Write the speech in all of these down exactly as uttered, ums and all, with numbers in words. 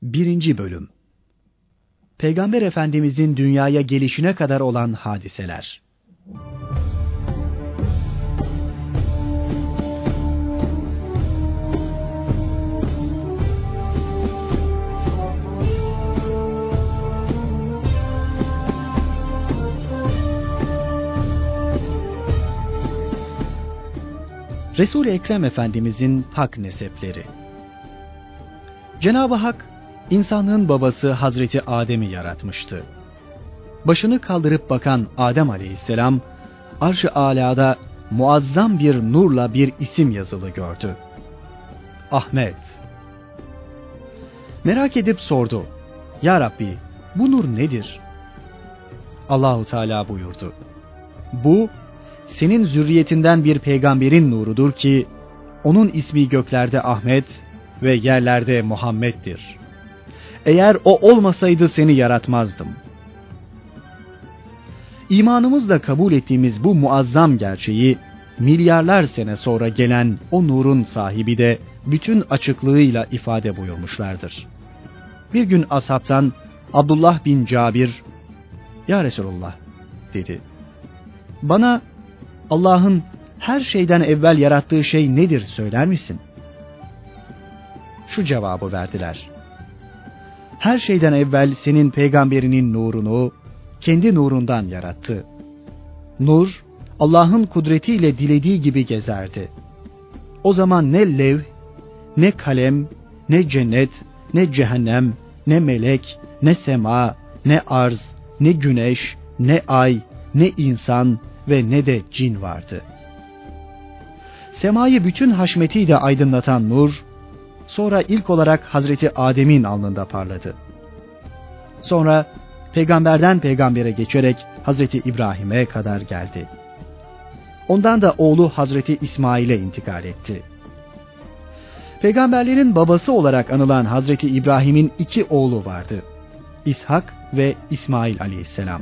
birinci. Bölüm. Peygamber Efendimizin dünyaya gelişine kadar olan hadiseler. Resul-i Ekrem Efendimizin hak nesepleri. Cenab-ı Hak, insanlığın babası Hazreti Adem'i yaratmıştı. Başını kaldırıp bakan Adem Aleyhisselam, arş-ı âlâda muazzam bir nurla bir isim yazılı gördü. Ahmet. Merak edip sordu. Ya Rabbi, bu nur nedir? Allahu Teala buyurdu. Bu, senin zürriyetinden bir peygamberin nurudur ki, onun ismi göklerde Ahmet ve yerlerde Muhammed'dir. Eğer o olmasaydı seni yaratmazdım. İmanımızla kabul ettiğimiz bu muazzam gerçeği, milyarlar sene sonra gelen o nurun sahibi de bütün açıklığıyla ifade buyurmuşlardır. Bir gün ashabtan Abdullah bin Cabir, "Ya Resulullah," dedi, "bana Allah'ın her şeyden evvel yarattığı şey nedir söyler misin?" Şu cevabı verdiler: "Her şeyden evvel senin peygamberinin nurunu kendi nurundan yarattı. Nur, Allah'ın kudretiyle dilediği gibi gezerdi. O zaman ne levh, ne kalem, ne cennet, ne cehennem, ne melek, ne sema, ne arz, ne güneş, ne ay, ne insan ve ne de cin vardı. Semayı bütün haşmetiyle aydınlatan nur, sonra ilk olarak Hazreti Adem'in alnında parladı. Sonra peygamberden peygambere geçerek Hazreti İbrahim'e kadar geldi. Ondan da oğlu Hazreti İsmail'e intikal etti. Peygamberlerin babası olarak anılan Hazreti İbrahim'in iki oğlu vardı. İshak ve İsmail aleyhisselam.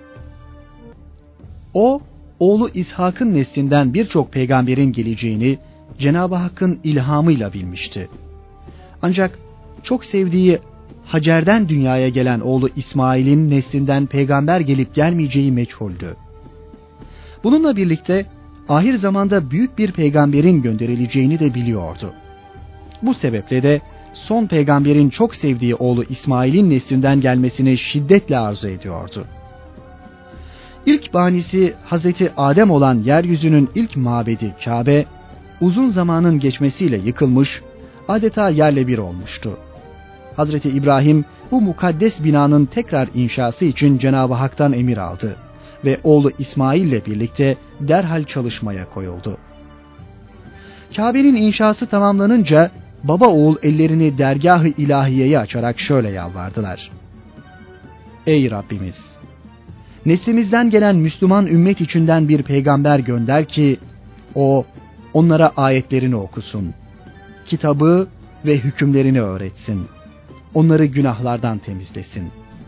O, oğlu İshak'ın neslinden birçok peygamberin geleceğini Cenab-ı Hakk'ın ilhamıyla bilmişti. Ancak çok sevdiği Hacer'den dünyaya gelen oğlu İsmail'in neslinden peygamber gelip gelmeyeceği meçhuldü. Bununla birlikte ahir zamanda büyük bir peygamberin gönderileceğini de biliyordu. Bu sebeple de son peygamberin çok sevdiği oğlu İsmail'in neslinden gelmesini şiddetle arzu ediyordu. İlk banisi Hazreti Adem olan yeryüzünün ilk mabedi Kabe, uzun zamanın geçmesiyle yıkılmış, adeta yerle bir olmuştu. Hazreti İbrahim bu mukaddes binanın tekrar inşası için Cenab-ı Hak'tan emir aldı ve oğlu İsmail ile birlikte derhal çalışmaya koyuldu. Kabe'nin inşası tamamlanınca baba oğul ellerini dergâh-ı ilahiyeye açarak şöyle yalvardılar: "Ey Rabbimiz! Neslimizden gelen Müslüman ümmet içinden bir peygamber gönder ki o onlara ayetlerini okusun, kitabı ve hükümlerini öğretsin, onları günahlardan temizlesin."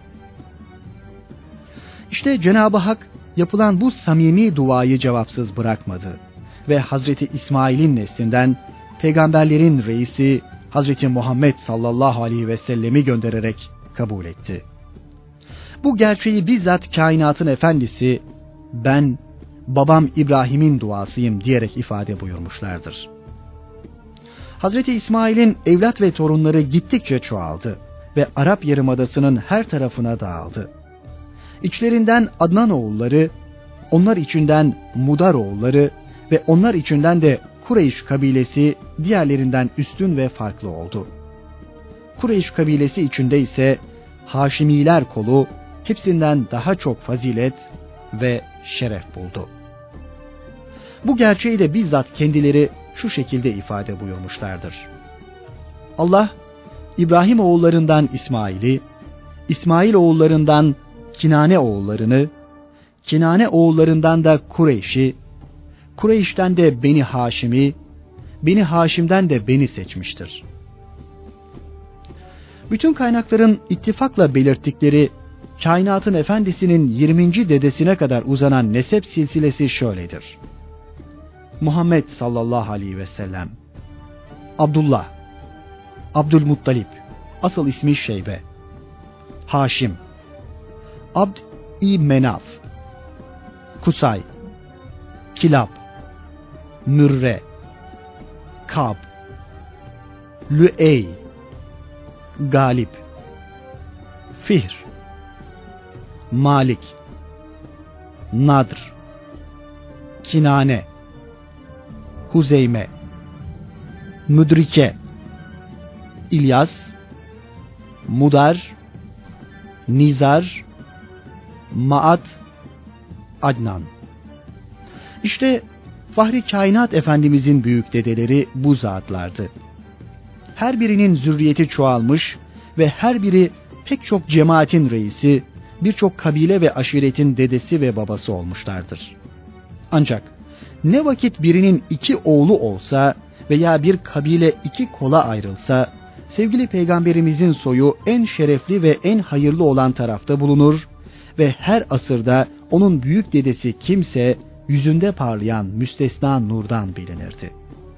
İşte Cenab-ı Hak yapılan bu samimi duayı cevapsız bırakmadı ve Hazreti İsmail'in neslinden peygamberlerin reisi Hazreti Muhammed sallallahu aleyhi ve sellemi göndererek kabul etti. Bu gerçeği bizzat kainatın efendisi, "Ben babam İbrahim'in duasıyım" diyerek ifade buyurmuşlardır. Hazreti İsmail'in evlat ve torunları gittikçe çoğaldı ve Arap Yarımadası'nın her tarafına dağıldı. İçlerinden Adnan oğulları, onlar içinden Mudar oğulları ve onlar içinden de Kureyş kabilesi diğerlerinden üstün ve farklı oldu. Kureyş kabilesi içinde ise Haşimiler kolu hepsinden daha çok fazilet ve şeref buldu. Bu gerçeği de bizzat kendileri şu şekilde ifade buyurmuşlardır: Allah, İbrahim oğullarından İsmail'i, İsmail oğullarından Kinane oğullarını, Kinane oğullarından da Kureyş'i, Kureyş'ten de Beni Haşim'i, Beni Haşim'den de beni seçmiştir. Bütün kaynakların ittifakla belirttikleri kainatın efendisinin yirminci dedesine kadar uzanan nesep silsilesi şöyledir: Muhammed sallallahu aleyhi ve sellem, Abdullah, Abdülmuttalip, asıl ismi Şeybe, Haşim, Abd-i Menaf, Kusay, Kilab, Mürre, Kab, Lüey, Galip, Fihr, Malik, Nadr, Kinane, Huzeyme, Müdrike, İlyas, Mudar, Nizar, Maat, Adnan. İşte Fahri Kainat Efendimizin büyük dedeleri bu zatlardı. Her birinin zürriyeti çoğalmış ve her biri pek çok cemaatin reisi, birçok kabile ve aşiretin dedesi ve babası olmuşlardır. Ancak ne vakit birinin iki oğlu olsa veya bir kabile iki kola ayrılsa, sevgili Peygamberimizin soyu en şerefli ve en hayırlı olan tarafta bulunur ve her asırda onun büyük dedesi kimse yüzünde parlayan müstesna nurdan bilinirdi.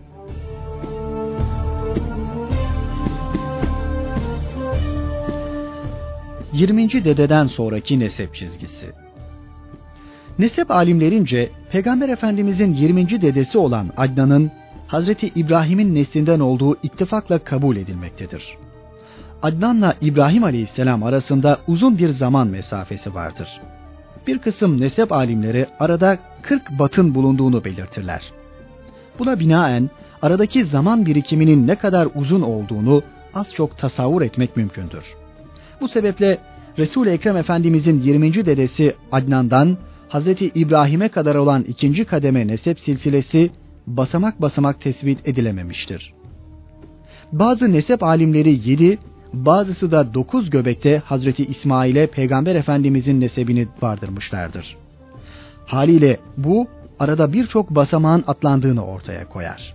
yirminci dededen sonraki nesep çizgisi. Nesep alimlerince Peygamber Efendimizin yirminci dedesi olan Adnan'ın Hazreti İbrahim'in neslinden olduğu ittifakla kabul edilmektedir. Adnan'la İbrahim Aleyhisselam arasında uzun bir zaman mesafesi vardır. Bir kısım nesep alimleri arada kırk batın bulunduğunu belirtirler. Buna binaen aradaki zaman birikiminin ne kadar uzun olduğunu az çok tasavvur etmek mümkündür. Bu sebeple Resul-i Ekrem Efendimizin yirminci dedesi Adnan'dan Hazreti İbrahim'e kadar olan ikinci kademe nesep silsilesi basamak basamak tespit edilememiştir. Bazı nesep alimleri yedi, bazısı da dokuz göbekte Hazreti İsmail'e Peygamber Efendimizin nesebini vardırmışlardır. Haliyle bu arada birçok basamağın atlandığını ortaya koyar.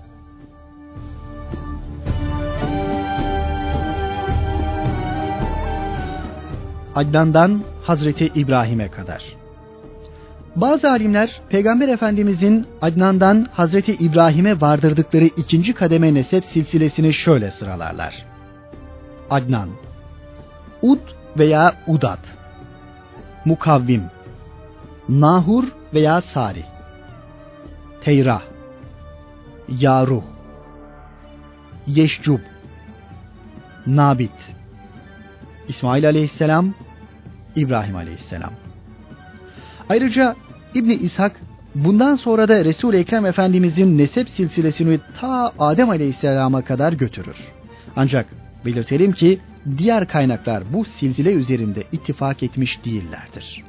Adnan'dan Hazreti İbrahim'e kadar. Bazı alimler Peygamber Efendimizin Adnan'dan Hazreti İbrahim'e vardırdıkları ikinci kademe nesep silsilesini şöyle sıralarlar. Adnan, Ud veya Udat, Mukavvim, Nahur veya Sari, Teyrah, Yaruh, Yeşcub, Nabit, İsmail Aleyhisselam, İbrahim Aleyhisselam. Ayrıca İbni İshak bundan sonra da Resul-i Ekrem Efendimizin nesep silsilesini ta Adem Aleyhisselam'a kadar götürür. Ancak belirtelim ki diğer kaynaklar bu silsile üzerinde ittifak etmiş değillerdir.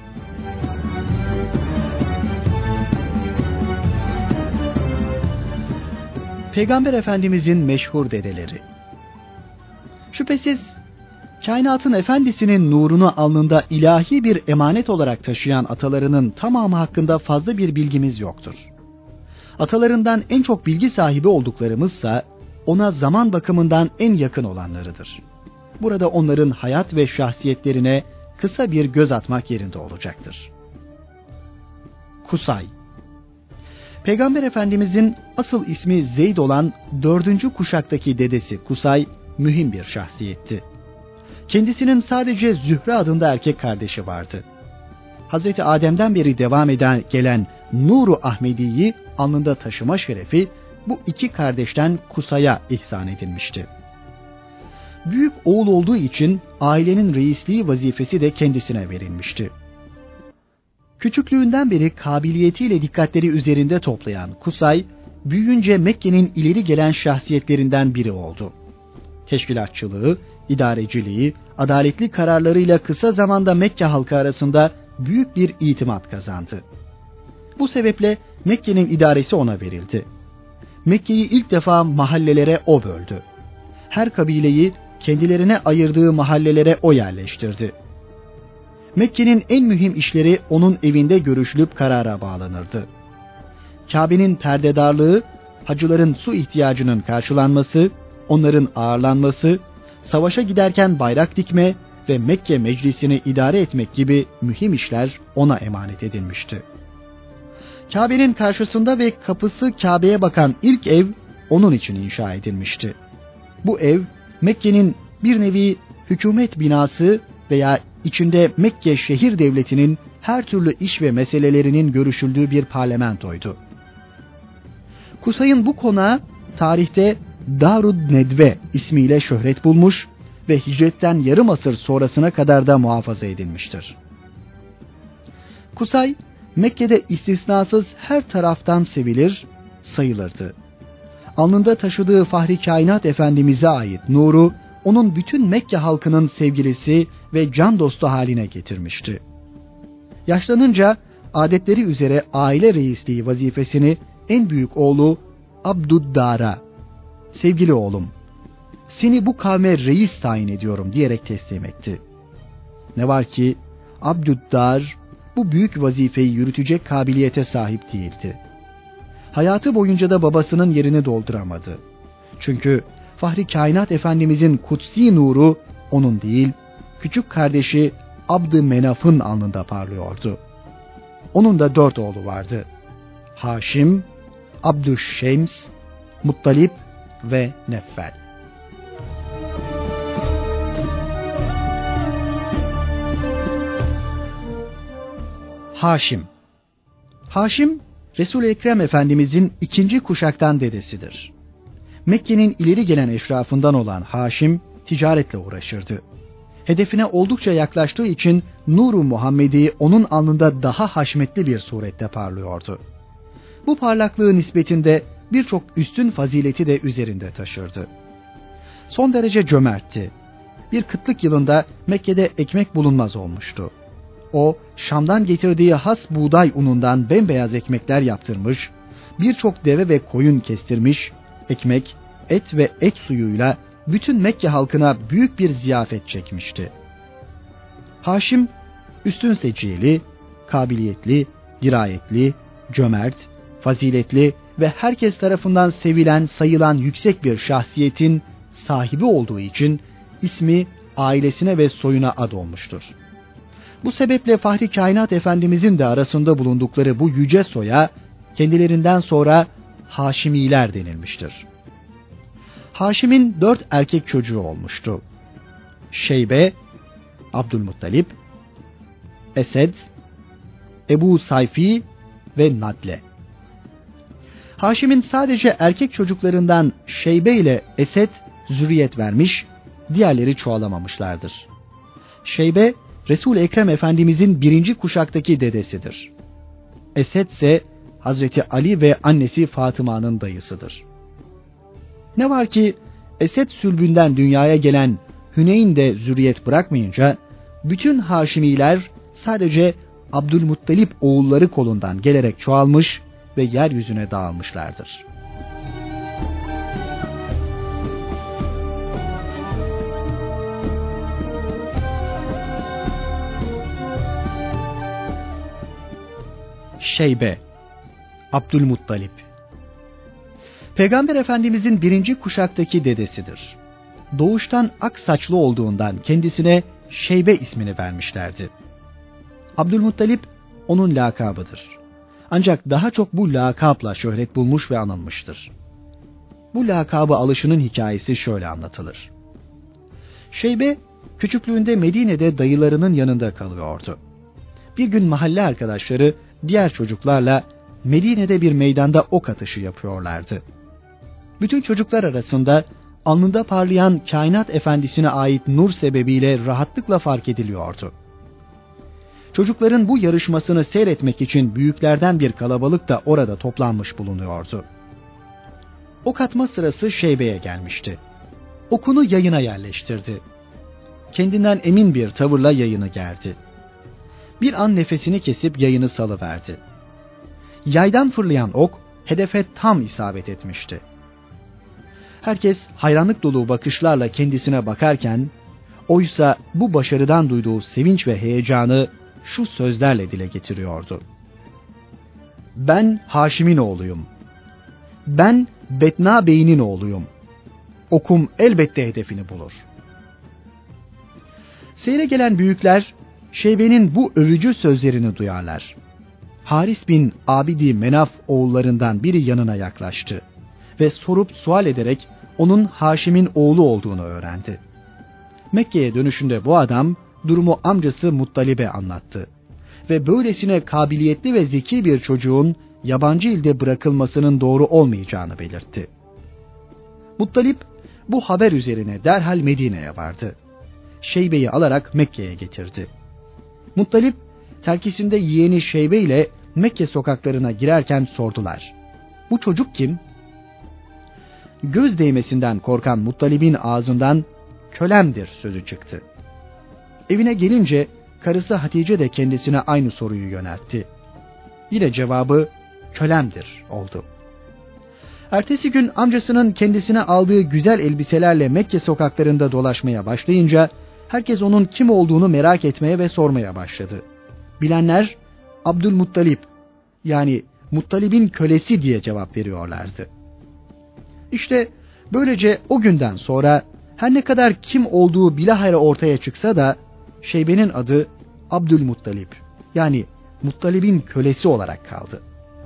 Peygamber Efendimizin meşhur dedeleri. Şüphesiz kainatın efendisinin nurunu alnında ilahi bir emanet olarak taşıyan atalarının tamamı hakkında fazla bir bilgimiz yoktur. Atalarından en çok bilgi sahibi olduklarımızsa ona zaman bakımından en yakın olanlarıdır. Burada onların hayat ve şahsiyetlerine kısa bir göz atmak yerinde olacaktır. Kusay. Peygamber Efendimizin asıl ismi Zeyd olan dördüncü kuşaktaki dedesi Kusay mühim bir şahsiyetti. Kendisinin sadece Zühre adında erkek kardeşi vardı. Hazreti Adem'den beri devam eden gelen Nur-u Ahmedi'yi alnında taşıma şerefi bu iki kardeşten Kusay'a ihsan edilmişti. Büyük oğul olduğu için ailenin reisliği vazifesi de kendisine verilmişti. Küçüklüğünden beri kabiliyetiyle dikkatleri üzerinde toplayan Kusay, büyüyünce Mekke'nin ileri gelen şahsiyetlerinden biri oldu. Teşkilatçılığı, idareciliği, adaletli kararlarıyla kısa zamanda Mekke halkı arasında büyük bir itimat kazandı. Bu sebeple Mekke'nin idaresi ona verildi. Mekke'yi ilk defa mahallelere o böldü. Her kabileyi kendilerine ayırdığı mahallelere o yerleştirdi. Mekke'nin en mühim işleri onun evinde görüşülüp karara bağlanırdı. Kabe'nin perdedarlığı, hacıların su ihtiyacının karşılanması, onların ağırlanması, savaşa giderken bayrak dikme ve Mekke meclisini idare etmek gibi mühim işler ona emanet edilmişti. Kabe'nin karşısında ve kapısı Kabe'ye bakan ilk ev onun için inşa edilmişti. Bu ev Mekke'nin bir nevi hükümet binası veya içinde Mekke şehir devletinin her türlü iş ve meselelerinin görüşüldüğü bir parlamentoydu. Kusay'ın bu konağı tarihte Darud Nedve ismiyle şöhret bulmuş ve hicretten yarım asır sonrasına kadar da muhafaza edilmiştir. Kusay, Mekke'de istisnasız her taraftan sevilir, sayılırdı. Alnında taşıdığı Fahri Kainat Efendimiz'e ait nuru, onun bütün Mekke halkının sevgilisi ve can dostu haline getirmişti. Yaşlanınca adetleri üzere aile reisliği vazifesini en büyük oğlu Abdüddar'a, sevgili oğlum, seni bu kavme reis tayin ediyorum diyerek teslim etti. Ne var ki Abdüddar bu büyük vazifeyi yürütecek kabiliyete sahip değildi. Hayatı boyunca da babasının yerini dolduramadı. Çünkü Fahri Kainat Efendimizin kutsi nuru onun değil, küçük kardeşi Abdümenaf'ın alnında parlıyordu. Onun da dört oğlu vardı. Haşim, Abdüşşems, Muttalip ve Neffel. Haşim Haşim, Resul-i Ekrem Efendimizin ikinci kuşaktan dedesidir. Mekke'nin ileri gelen eşrafından olan Haşim, ticaretle uğraşırdı. Hedefine oldukça yaklaştığı için Nur-u Muhammedi onun alnında daha haşmetli bir surette parlıyordu. Bu parlaklığı nispetinde birçok üstün fazileti de üzerinde taşırdı. Son derece cömertti. Bir kıtlık yılında Mekke'de ekmek bulunmaz olmuştu. O, Şam'dan getirdiği has buğday unundan bembeyaz ekmekler yaptırmış, birçok deve ve koyun kestirmiş, ekmek, et ve et suyuyla bütün Mekke halkına büyük bir ziyafet çekmişti. Haşim, üstün seciyeli, kabiliyetli, dirayetli, cömert, faziletli ve herkes tarafından sevilen, sayılan yüksek bir şahsiyetin sahibi olduğu için ismi ailesine ve soyuna ad olmuştur. Bu sebeple Fahri Kainat Efendimizin de arasında bulundukları bu yüce soya kendilerinden sonra Haşimiler denilmiştir. Haşim'in dört erkek çocuğu olmuştu. Şeybe, Abdülmuttalip, Esed, Ebu Sayfi ve Nadle. Haşim'in sadece erkek çocuklarından Şeybe ile Esed zürriyet vermiş, diğerleri çoğalamamışlardır. Şeybe, Resul-i Ekrem Efendimizin birinci kuşaktaki dedesidir. Esed ise Hazreti Ali ve annesi Fatıma'nın dayısıdır. Ne var ki Esed sülbünden dünyaya gelen Hüneyn de zürriyet bırakmayınca bütün Haşimiler sadece Abdülmuttalip oğulları kolundan gelerek çoğalmış ve yeryüzüne dağılmışlardır. Şeybe, Abdülmuttalip. Peygamber Efendimizin birinci kuşaktaki dedesidir. Doğuştan ak saçlı olduğundan kendisine Şeybe ismini vermişlerdi. Abdülmuttalip onun lakabıdır. Ancak daha çok bu lakapla şöhret bulmuş ve anılmıştır. Bu lakabı alışının hikayesi şöyle anlatılır. Şeybe küçüklüğünde Medine'de dayılarının yanında kalıyordu. Bir gün mahalle arkadaşları diğer çocuklarla Medine'de bir meydanda ok atışı yapıyorlardı. Bütün çocuklar arasında alnında parlayan kainat efendisine ait nur sebebiyle rahatlıkla fark ediliyordu. Çocukların bu yarışmasını seyretmek için büyüklerden bir kalabalık da orada toplanmış bulunuyordu. Ok atma sırası Şeybe'ye gelmişti. Okunu yayına yerleştirdi. Kendinden emin bir tavırla yayını gerdi. Bir an nefesini kesip yayını salıverdi. Yaydan fırlayan ok hedefe tam isabet etmişti. Herkes hayranlık dolu bakışlarla kendisine bakarken, oysa bu başarıdan duyduğu sevinç ve heyecanı şu sözlerle dile getiriyordu. Ben Haşim'in oğluyum. Ben Betna Bey'inin oğluyum. Okum elbette hedefini bulur. Seyre gelen büyükler Şeybe'nin bu övücü sözlerini duyarlar. Haris bin Abidi Menaf oğullarından biri yanına yaklaştı ve sorup sual ederek onun Haşim'in oğlu olduğunu öğrendi. Mekke'ye dönüşünde bu adam durumu amcası Muttalib'e anlattı. Ve böylesine kabiliyetli ve zeki bir çocuğun yabancı ilde bırakılmasının doğru olmayacağını belirtti. Muttalip bu haber üzerine derhal Medine'ye vardı. Şeybe'yi alarak Mekke'ye getirdi. Muttalip terkisinde yeğeni Şeybe ile Mekke sokaklarına girerken sordular. Bu çocuk kim? Göz değmesinden korkan Muttalib'in ağzından kölemdir sözü çıktı. Evine gelince karısı Hatice de kendisine aynı soruyu yöneltti. Yine cevabı kölemdir oldu. Ertesi gün amcasının kendisine aldığı güzel elbiselerle Mekke sokaklarında dolaşmaya başlayınca herkes onun kim olduğunu merak etmeye ve sormaya başladı. Bilenler Abdülmuttalip yani Muttalib'in kölesi diye cevap veriyorlardı. İşte böylece o günden sonra her ne kadar kim olduğu bilahare ortaya çıksa da Şeybe'nin adı Abdülmuttalip yani Muttalib'in kölesi olarak kaldı.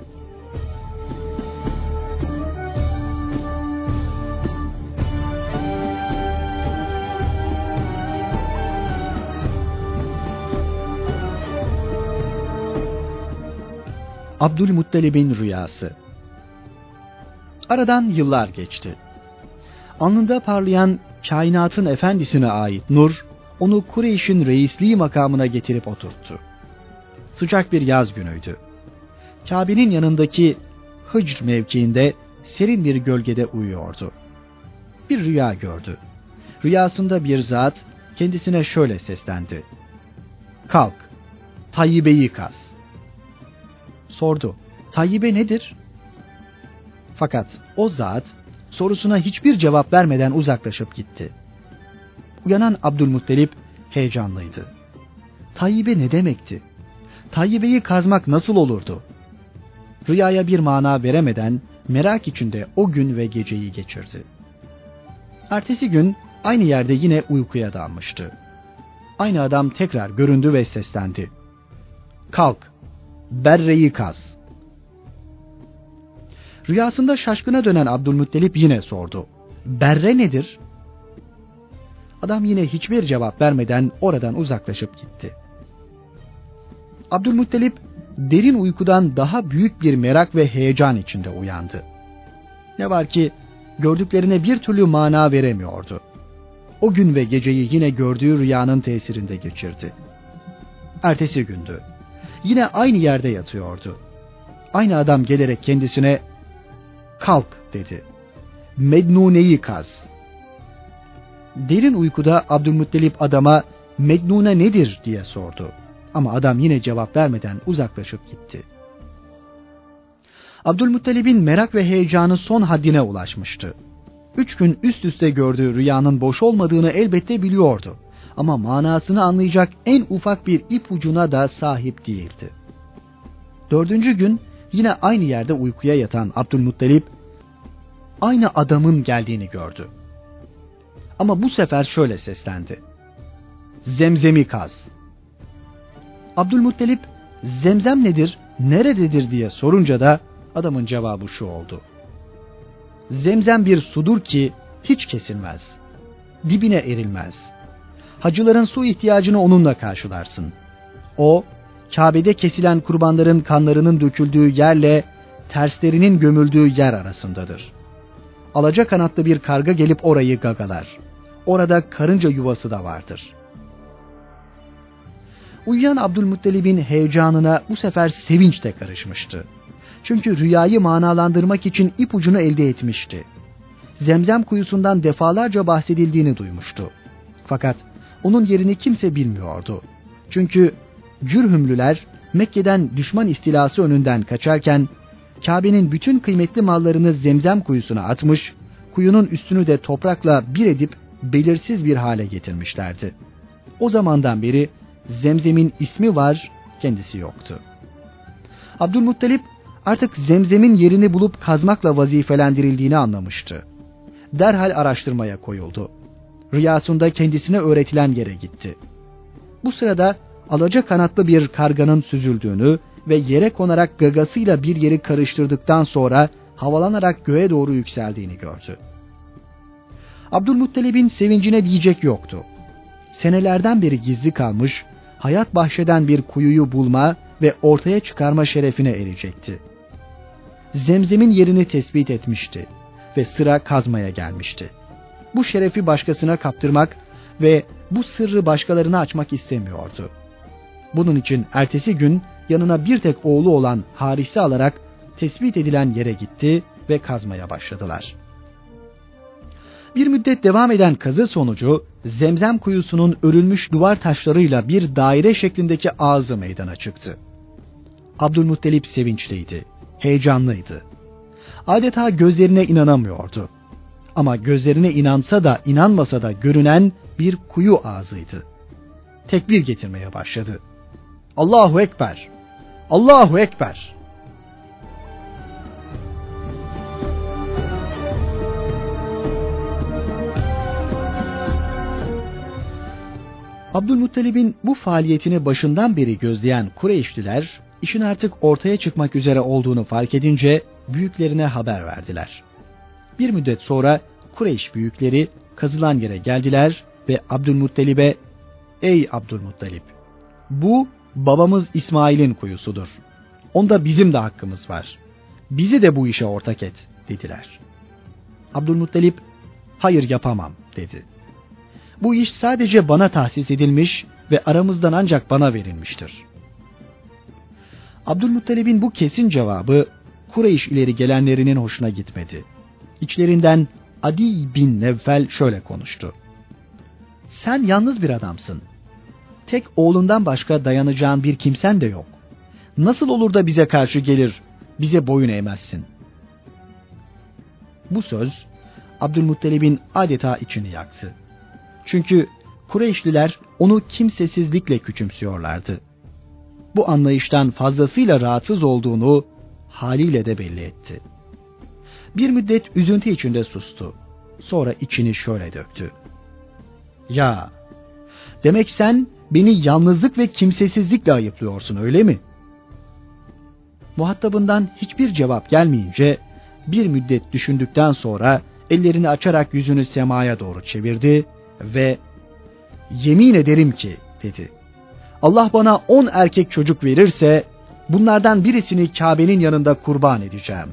Abdülmuttalib'in rüyası. Aradan yıllar geçti. Alnında parlayan kainatın efendisine ait nur, onu Kureyş'in reisliği makamına getirip oturttu. Sıcak bir yaz günüydü. Kabe'nin yanındaki Hıcr mevkiinde serin bir gölgede uyuyordu. Bir rüya gördü. Rüyasında bir zat kendisine şöyle seslendi. Kalk, Tayyibe'yi kaz. Sordu. Tayyibe nedir? Fakat o zat sorusuna hiçbir cevap vermeden uzaklaşıp gitti. Uyanan Abdülmuttalip heyecanlıydı. Tayyibe ne demekti? Tayyibe'yi kazmak nasıl olurdu? Rüyaya bir mana veremeden merak içinde o gün ve geceyi geçirdi. Ertesi gün aynı yerde yine uykuya dalmıştı. Aynı adam tekrar göründü ve seslendi. Kalk, Berre'yi kaz. Rüyasında şaşkına dönen Abdülmuttalip yine sordu. Berre nedir? Adam yine hiçbir cevap vermeden oradan uzaklaşıp gitti. Abdülmuttalip derin uykudan daha büyük bir merak ve heyecan içinde uyandı. Ne var ki gördüklerine bir türlü mana veremiyordu. O gün ve geceyi yine gördüğü rüyanın tesirinde geçirdi. Ertesi gündü. Yine aynı yerde yatıyordu. Aynı adam gelerek kendisine kalk dedi. Mednune'yi kaz. Derin uykuda Abdülmuttalip adama Mednune nedir diye sordu. Ama adam yine cevap vermeden uzaklaşıp gitti. Abdülmuttalip'in merak ve heyecanı son haddine ulaşmıştı. Üç gün üst üste gördüğü rüyanın boş olmadığını elbette biliyordu. Ama manasını anlayacak en ufak bir ipucuna da sahip değildi. Dördüncü gün yine aynı yerde uykuya yatan Abdülmuttalip aynı adamın geldiğini gördü. Ama bu sefer şöyle seslendi. Zemzem'i kaz. Abdülmuttalip zemzem nedir, nerededir diye sorunca da adamın cevabı şu oldu. Zemzem bir sudur ki hiç kesilmez, dibine erilmez. Hacıların su ihtiyacını onunla karşılarsın. O, Kabe'de kesilen kurbanların kanlarının döküldüğü yerle terslerinin gömüldüğü yer arasındadır. Alacakanatlı bir karga gelip orayı gagalar. Orada karınca yuvası da vardır. Uyuyan Abdülmuttalib'in heyecanına bu sefer sevinç de karışmıştı. Çünkü rüyayı manalandırmak için ipucunu elde etmişti. Zemzem kuyusundan defalarca bahsedildiğini duymuştu. Fakat onun yerini kimse bilmiyordu. Çünkü Cürhümlüler Mekke'den düşman istilası önünden kaçarken Kabe'nin bütün kıymetli mallarını Zemzem kuyusuna atmış, kuyunun üstünü de toprakla bir edip belirsiz bir hale getirmişlerdi. O zamandan beri Zemzem'in ismi var, kendisi yoktu. Abdülmuttalip artık Zemzem'in yerini bulup kazmakla vazifelendirildiğini anlamıştı. Derhal araştırmaya koyuldu. Rüyasında kendisine öğretilen yere gitti. Bu sırada alacakanatlı bir karganın süzüldüğünü ve yere konarak gagasıyla bir yeri karıştırdıktan sonra havalanarak göğe doğru yükseldiğini gördü. Abdülmuttalib'in sevincine diyecek yoktu. senelerden beri gizli kalmış, hayat bahşeden bir kuyuyu bulma ve ortaya çıkarma şerefine erecekti. Zemzem'in yerini tespit etmişti ve sıra kazmaya gelmişti. Bu şerefi başkasına kaptırmak ve bu sırrı başkalarına açmak istemiyordu. Bunun için ertesi gün yanına bir tek oğlu olan Haris'i alarak tespit edilen yere gitti ve kazmaya başladılar. Bir müddet devam eden kazı sonucu Zemzem kuyusunun örülmüş duvar taşlarıyla bir daire şeklindeki ağzı meydana çıktı. Abdülmuttalip sevinçliydi, heyecanlıydı. Adeta gözlerine inanamıyordu. Ama gözlerine inansa da inanmasa da görünen bir kuyu ağzıydı. Tekbir getirmeye başladı. Allahu Ekber! Allahu Ekber! Abdülmuttalib'in bu faaliyetini başından beri gözleyen Kureyşliler, işin artık ortaya çıkmak üzere olduğunu fark edince büyüklerine haber verdiler. Bir müddet sonra Kureyş büyükleri kazılan yere geldiler ve Abdülmuttalib'e, "Ey Abdülmuttalib, bu babamız İsmail'in kuyusudur. Onda bizim de hakkımız var. Bizi de bu işe ortak et," dediler. Abdülmuttalib, "Hayır, yapamam," dedi. "Bu iş sadece bana tahsis edilmiş ve aramızdan ancak bana verilmiştir." Abdülmuttalib'in bu kesin cevabı Kureyş ileri gelenlerinin hoşuna gitmedi. İçlerinden Adi bin Nevfel şöyle konuştu. "Sen yalnız bir adamsın. Tek oğlundan başka dayanacağın bir kimsen de yok. Nasıl olur da bize karşı gelir, bize boyun eğmezsin?" Bu söz Abdülmuttalib'in adeta içini yaktı. Çünkü Kureyşliler onu kimsesizlikle küçümsüyorlardı. Bu anlayıştan fazlasıyla rahatsız olduğunu haliyle de belli etti. Bir müddet üzüntü içinde sustu. Sonra içini şöyle döktü. "Ya, demek sen beni yalnızlık ve kimsesizlikle ayıplıyorsun, öyle mi?" Muhatabından hiçbir cevap gelmeyince bir müddet düşündükten sonra ellerini açarak yüzünü semaya doğru çevirdi ve "Yemin ederim ki," dedi, "Allah bana on erkek çocuk verirse bunlardan birisini Kabe'nin yanında kurban edeceğim."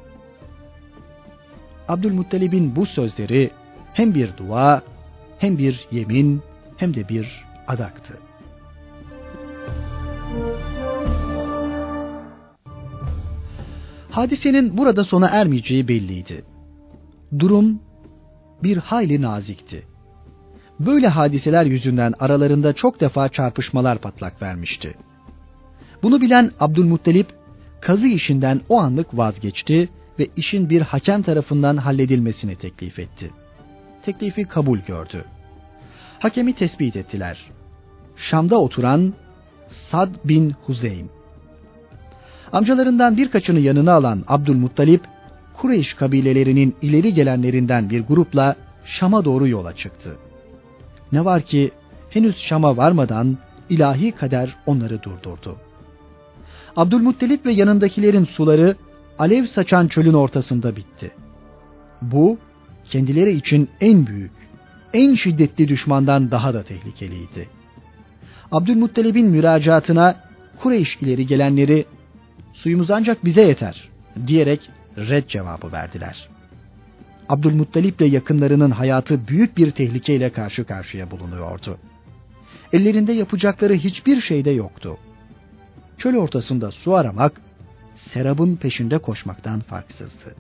Abdülmuttalib'in bu sözleri hem bir dua, hem bir yemin, hem de bir adaktı. Hadisenin burada sona ermeyeceği belliydi. Durum bir hayli nazikti. Böyle hadiseler yüzünden aralarında çok defa çarpışmalar patlak vermişti. Bunu bilen Abdülmuttalib, kazı işinden o anlık vazgeçti ve işin bir hakem tarafından halledilmesini teklif etti. Teklifi kabul gördü. Hakemi tespit ettiler. Şam'da oturan Sad bin Huzeym. Amcalarından birkaçını yanına alan Abdülmuttalib, Kureyş kabilelerinin ileri gelenlerinden bir grupla Şam'a doğru yola çıktı. Ne var ki henüz Şam'a varmadan ilahi kader onları durdurdu. Abdülmuttalib ve yanındakilerin suları alev saçan çölün ortasında bitti. Bu kendileri için en büyük, en şiddetli düşmandan daha da tehlikeliydi. Abdülmuttalib'in müracaatına Kureyş ileri gelenleri "Suyumuz ancak bize yeter," diyerek red cevabı verdiler. Abdülmuttalib'le yakınlarının hayatı büyük bir tehlikeyle karşı karşıya bulunuyordu. Ellerinde yapacakları hiçbir şey de yoktu. Çöl ortasında su aramak, serabın peşinde koşmaktan farksızdı.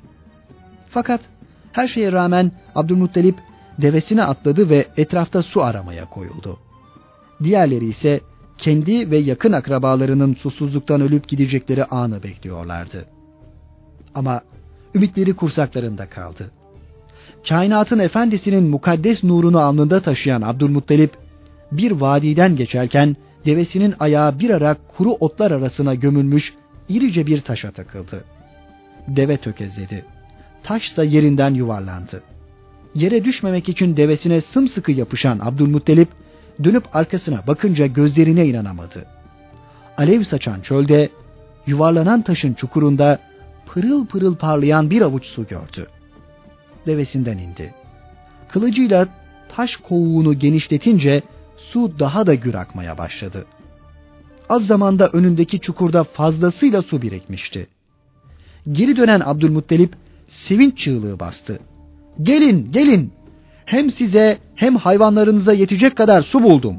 Fakat her şeye rağmen Abdülmuttalib devesine atladı ve etrafta su aramaya koyuldu. Diğerleri ise kendi ve yakın akrabalarının susuzluktan ölüp gidecekleri anı bekliyorlardı. Ama ümitleri kursaklarında kaldı. Kainatın efendisinin mukaddes nurunu alnında taşıyan Abdülmuttalib, bir vadiden geçerken devesinin ayağı bir ara kuru otlar arasına gömülmüş irice bir taşa takıldı. Deve tökezledi. Taşsa yerinden yuvarlandı. Yere düşmemek için devesine sımsıkı yapışan Abdülmuttalib, dönüp arkasına bakınca gözlerine inanamadı. Alev saçan çölde, yuvarlanan taşın çukurunda pırıl pırıl parlayan bir avuç su gördü. Devesinden indi. Kılıcıyla taş kovuğunu genişletince su daha da gür akmaya başladı. Az zamanda önündeki çukurda fazlasıyla su birikmişti. Geri dönen Abdülmuttalip sevinç çığlığı bastı. "Gelin, gelin! Hem size hem hayvanlarınıza yetecek kadar su buldum."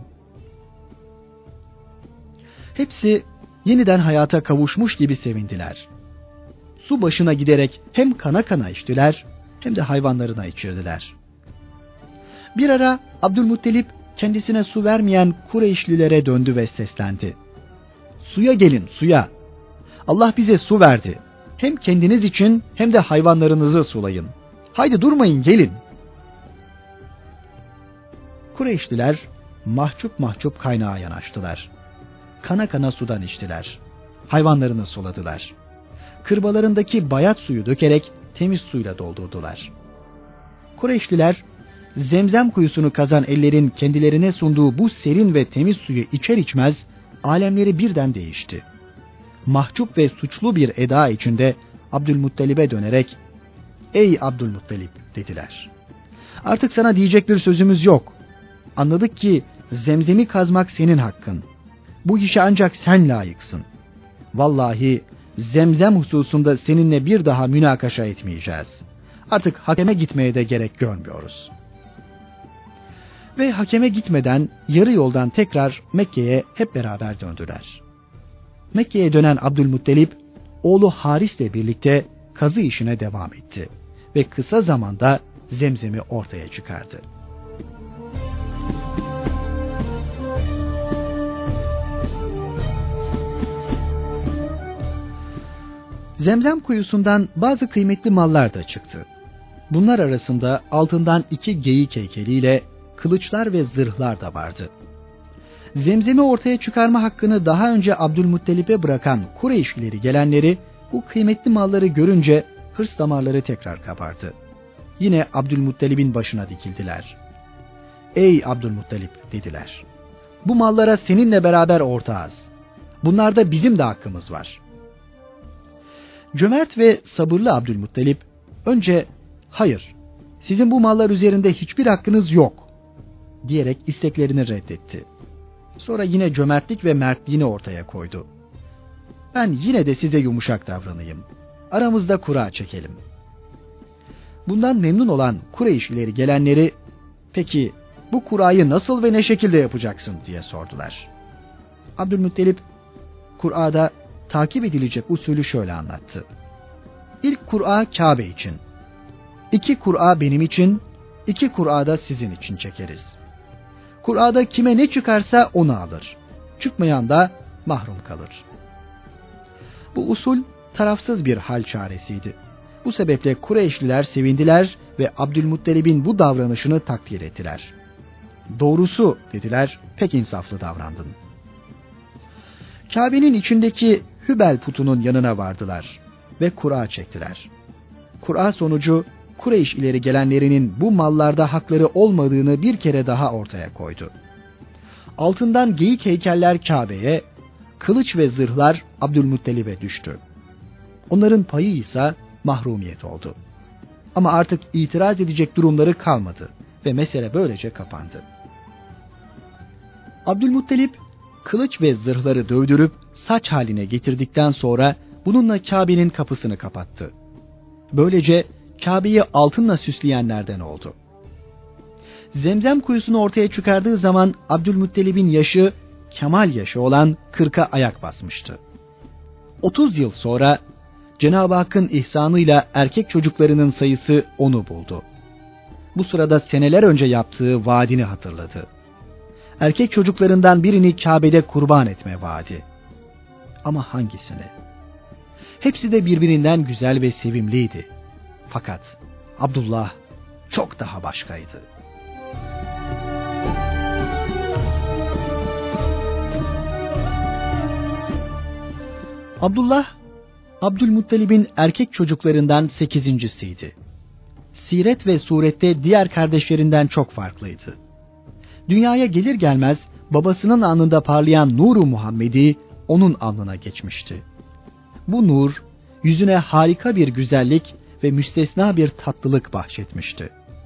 Hepsi yeniden hayata kavuşmuş gibi sevindiler. Su başına giderek hem kana kana içtiler hem de hayvanlarına içirdiler. Bir ara Abdülmuttalip kendisine su vermeyen Kureyşlilere döndü ve seslendi. "Suya gelin, suya! Allah bize su verdi. Hem kendiniz için hem de hayvanlarınızı sulayın. Haydi durmayın, gelin." Kureyşliler mahcup mahcup kaynağa yanaştılar. Kana kana sudan içtiler. Hayvanlarını suladılar. Kırbalarındaki bayat suyu dökerek temiz suyla doldurdular. Kureyşliler, Zemzem kuyusunu kazan ellerin kendilerine sunduğu bu serin ve temiz suyu içer içmez alemleri birden değişti. Mahcup ve suçlu bir eda içinde Abdülmuttalib'e dönerek "Ey Abdülmuttalib," dediler. "Artık sana diyecek bir sözümüz yok. Anladık ki Zemzem'i kazmak senin hakkın. Bu işe ancak sen layıksın. Vallahi Zemzem hususunda seninle bir daha münakaşa etmeyeceğiz. Artık hakeme gitmeye de gerek görmüyoruz." Ve hakeme gitmeden yarı yoldan tekrar Mekke'ye hep beraber döndüler. Mekke'ye dönen Abdülmuttalip, oğlu Haris'le birlikte kazı işine devam etti ve kısa zamanda Zemzem'i ortaya çıkardı. Zemzem kuyusundan bazı kıymetli mallar da çıktı. Bunlar arasında altından iki geyik heykeliyle kılıçlar ve zırhlar da vardı. Zemzem'i ortaya çıkarma hakkını daha önce Abdülmuttalip'e bırakan Kureyşlileri gelenleri bu kıymetli malları görünce hırs damarları tekrar kabardı. Yine Abdülmuttalip'in başına dikildiler. "Ey Abdülmuttalip," dediler. "Bu mallara seninle beraber ortağız. Bunlarda bizim de hakkımız var." Cömert ve sabırlı Abdülmuttalip önce "Hayır, sizin bu mallar üzerinde hiçbir hakkınız yok," diyerek isteklerini reddetti. Sonra yine cömertlik ve mertliğini ortaya koydu. "Ben yine de size yumuşak davranayım. Aramızda kura çekelim." Bundan memnun olan Kureyşlileri gelenleri, "Peki bu kurayı nasıl ve ne şekilde yapacaksın?" diye sordular. Abdülmuttalip Kur'a'da takip edilecek usulü şöyle anlattı. "İlk Kur'a Kabe için, iki Kur'a benim için, iki Kur'a da sizin için çekeriz. Kur'a'da kime ne çıkarsa onu alır. Çıkmayan da mahrum kalır." Bu usul tarafsız bir hal çaresiydi. Bu sebeple Kureyşliler sevindiler ve Abdülmuttalib'in bu davranışını takdir ettiler. "Doğrusu," dediler, "pek insaflı davrandın." Kabe'nin içindeki Hübel putunun yanına vardılar ve kura çektiler. Kura sonucu Kureyş ileri gelenlerinin bu mallarda hakları olmadığını bir kere daha ortaya koydu. Altından geyik heykeller Kabe'ye, kılıç ve zırhlar Abdülmuttalib'e düştü. Onların payı ise mahrumiyet oldu. Ama artık itiraz edecek durumları kalmadı ve mesele böylece kapandı. Abdülmuttalip kılıç ve zırhları dövdürüp saç haline getirdikten sonra bununla Kabe'nin kapısını kapattı. Böylece Kabe'yi altınla süsleyenlerden oldu. Zemzem kuyusunu ortaya çıkardığı zaman Abdülmuttalib'in yaşı kemal yaşı olan kırka ayak basmıştı. otuz yıl sonra Cenab-ı Hakk'ın ihsanıyla erkek çocuklarının sayısı onu buldu. Bu sırada seneler önce yaptığı vaadini hatırladı. Erkek çocuklarından birini Kabe'de kurban etme vaadi. Ama hangisini? Hepsi de birbirinden güzel ve sevimliydi. Fakat Abdullah çok daha başkaydı. Abdullah, Abdülmuttalib'in erkek çocuklarından sekizincisiydi. Siret ve surette diğer kardeşlerinden çok farklıydı. Dünyaya gelir gelmez babasının alnında parlayan nuru Muhammed'i onun alnına geçmişti. Bu nur yüzüne harika bir güzellik ve müstesna bir tatlılık bahşetmişti.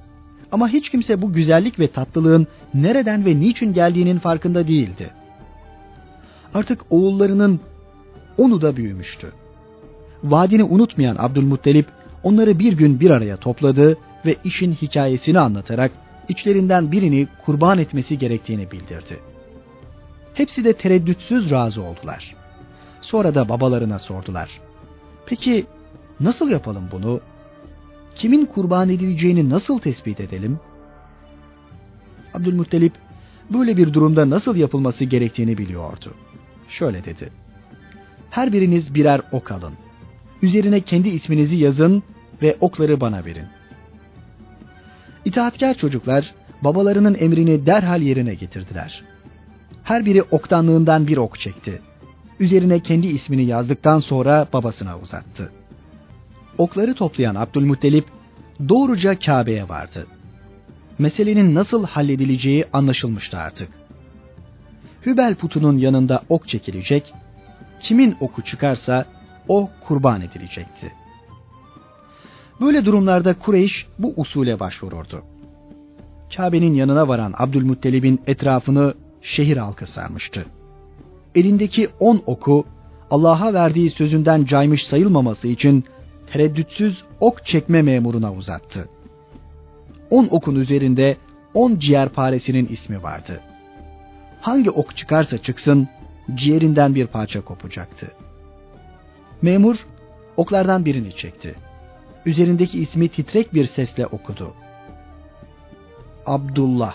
Ama hiç kimse bu güzellik ve tatlılığın nereden ve niçin geldiğinin farkında değildi. Artık oğullarının onu da büyümüştü. Vaadini unutmayan Abdülmuttalip onları bir gün bir araya topladı ve işin hikayesini anlatarak içlerinden birini kurban etmesi gerektiğini bildirdi. Hepsi de tereddütsüz razı oldular. Sonra da babalarına sordular. Peki nasıl yapalım bunu? Kimin kurban edileceğini nasıl tespit edelim? Abdülmuttalip böyle bir durumda nasıl yapılması gerektiğini biliyordu. Şöyle dedi. Her biriniz birer ok alın. Üzerine kendi isminizi yazın ve okları bana verin. İtaatkar çocuklar babalarının emrini derhal yerine getirdiler. Her biri oktanlığından bir ok çekti. Üzerine kendi ismini yazdıktan sonra babasına uzattı. Okları toplayan Abdülmuttalip doğruca Kabe'ye vardı. Meselenin nasıl halledileceği anlaşılmıştı artık. Hübel putunun yanında ok çekilecek, kimin oku çıkarsa o kurban edilecekti. Böyle durumlarda Kureyş bu usule başvururdu. Kabe'nin yanına varan Abdülmuttalib'in etrafını şehir halkı sarmıştı. Elindeki on oku Allah'a verdiği sözünden caymış sayılmaması için tereddütsüz ok çekme memuruna uzattı. On okun üzerinde on ciğerparesinin ismi vardı. Hangi ok çıkarsa çıksın ciğerinden bir parça kopacaktı. Memur oklardan birini çekti. Üzerindeki ismi titrek bir sesle okudu. Abdullah.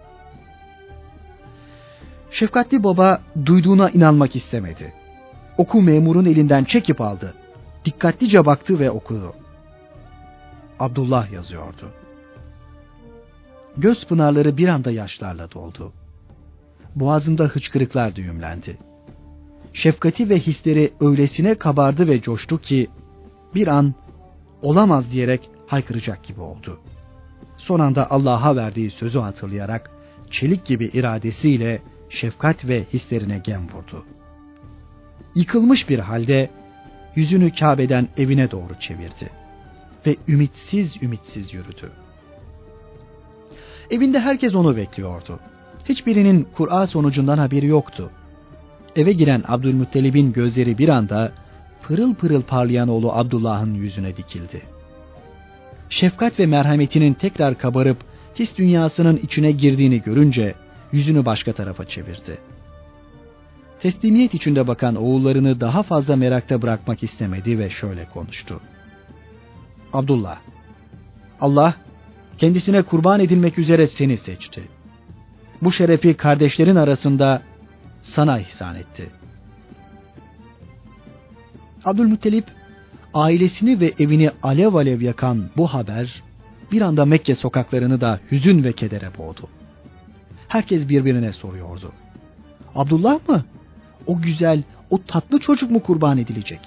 Şefkatli baba duyduğuna inanmak istemedi. Oku memurun elinden çekip aldı. Dikkatlice baktı ve okudu. Abdullah yazıyordu. Göz pınarları bir anda yaşlarla doldu. Boğazında hıçkırıklar düğümlendi. Şefkati ve hisleri öylesine kabardı ve coştu ki bir an olamaz diyerek haykıracak gibi oldu. Son anda Allah'a verdiği sözü hatırlayarak çelik gibi iradesiyle şefkat ve hislerine gem vurdu. Yıkılmış bir halde yüzünü Kabe'den evine doğru çevirdi ve ümitsiz ümitsiz yürüdü. Evinde herkes onu bekliyordu. Hiçbirinin Kur'a sonucundan haberi yoktu. Eve giren Abdülmuttalib'in gözleri bir anda pırıl pırıl parlayan oğlu Abdullah'ın yüzüne dikildi. Şefkat ve merhametinin tekrar kabarıp his dünyasının içine girdiğini görünce yüzünü başka tarafa çevirdi. Teslimiyet içinde bakan oğullarını daha fazla merakta bırakmak istemedi ve şöyle konuştu. Abdullah, Allah kendisine kurban edilmek üzere seni seçti. Bu şerefi kardeşlerin arasında sana ihsan etti. Abdülmuttalip ailesini ve evini alev alev yakan bu haber bir anda Mekke sokaklarını da hüzün ve kedere boğdu. Herkes birbirine soruyordu. Abdullah mı? O güzel, o tatlı çocuk mu kurban edilecek?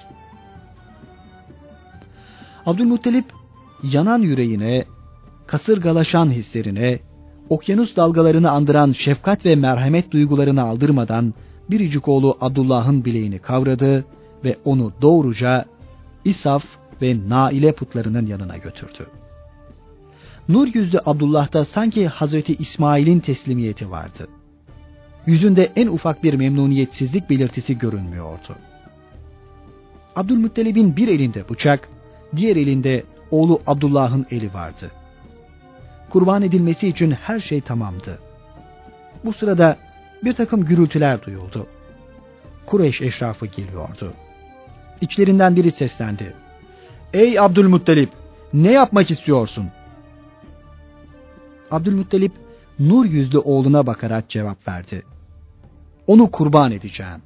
Abdülmuttalip yanan yüreğine, kasırgalaşan hislerine, okyanus dalgalarını andıran şefkat ve merhamet duygularını aldırmadan biricik oğlu Abdullah'ın bileğini kavradı ve onu doğruca İsaf ve Naile putlarının yanına götürdü. Nur yüzlü Abdullah'ta sanki Hazreti İsmail'in teslimiyeti vardı. Yüzünde en ufak bir memnuniyetsizlik belirtisi görünmüyordu. Abdülmuttalib'in bir elinde bıçak, diğer elinde oğlu Abdullah'ın eli vardı. Kurban edilmesi için her şey tamamdı. Bu sırada bir takım gürültüler duyuldu. Kureyş eşrafı geliyordu. İçlerinden biri seslendi. Ey Abdülmuttalip, ne yapmak istiyorsun? Abdülmuttalip nur yüzlü oğluna bakarak cevap verdi. Onu kurban edeceğim.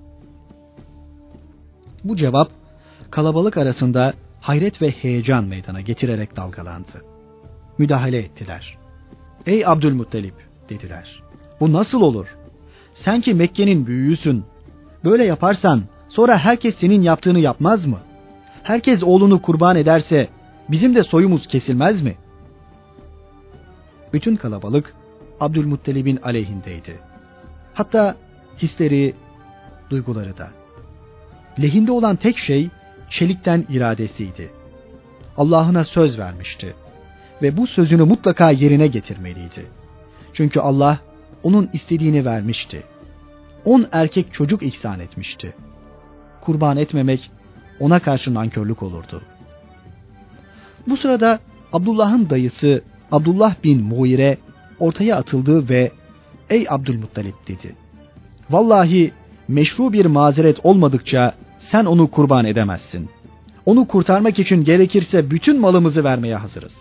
Bu cevap kalabalık arasında hayret ve heyecan meydana getirerek dalgalandı. Müdahale ettiler. Ey Abdülmuttalip dediler. Bu nasıl olur? Sen ki Mekke'nin büyüğüsün. Böyle yaparsan sonra herkes senin yaptığını yapmaz mı? Herkes oğlunu kurban ederse bizim de soyumuz kesilmez mi? Bütün kalabalık Abdülmuttalib'in aleyhindeydi. Hatta hisleri, duyguları da. Lehinde olan tek şey çelikten iradesiydi. Allah'ına söz vermişti. ve bu sözünü mutlaka yerine getirmeliydi. Çünkü Allah onun istediğini vermişti. On erkek çocuk ihsan etmişti. Kurban etmemek ona karşı nankörlük olurdu. Bu sırada Abdullah'ın dayısı Abdullah bin Muire ortaya atıldı ve "Ey Abdülmuttalip" dedi. "Vallahi meşru bir mazeret olmadıkça sen onu kurban edemezsin. Onu kurtarmak için gerekirse bütün malımızı vermeye hazırız."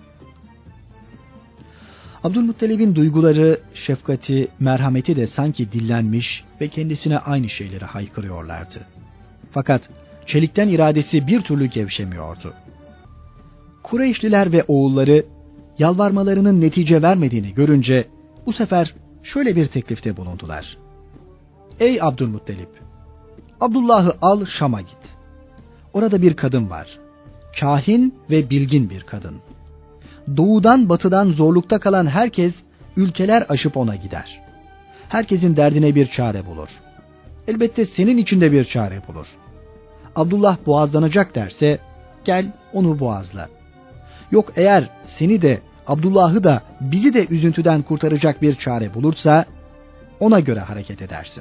Abdülmuttalib'in duyguları, şefkati, merhameti de sanki dillenmiş ve kendisine aynı şeyleri haykırıyorlardı. Fakat çelikten iradesi bir türlü gevşemiyordu. Kureyşliler ve oğulları yalvarmalarının netice vermediğini görünce bu sefer şöyle bir teklifte bulundular. "Ey Abdülmuttalip, Abdullah'ı al Şam'a git. Orada bir kadın var. Kahin ve bilgin bir kadın. Doğudan batıdan zorlukta kalan herkes ülkeler aşıp ona gider. Herkesin derdine bir çare bulur. Elbette senin için de bir çare bulur. Abdullah boğazlanacak derse gel onu boğazla. Yok eğer seni de Abdullah'ı da bizi de üzüntüden kurtaracak bir çare bulursa ona göre hareket edersin."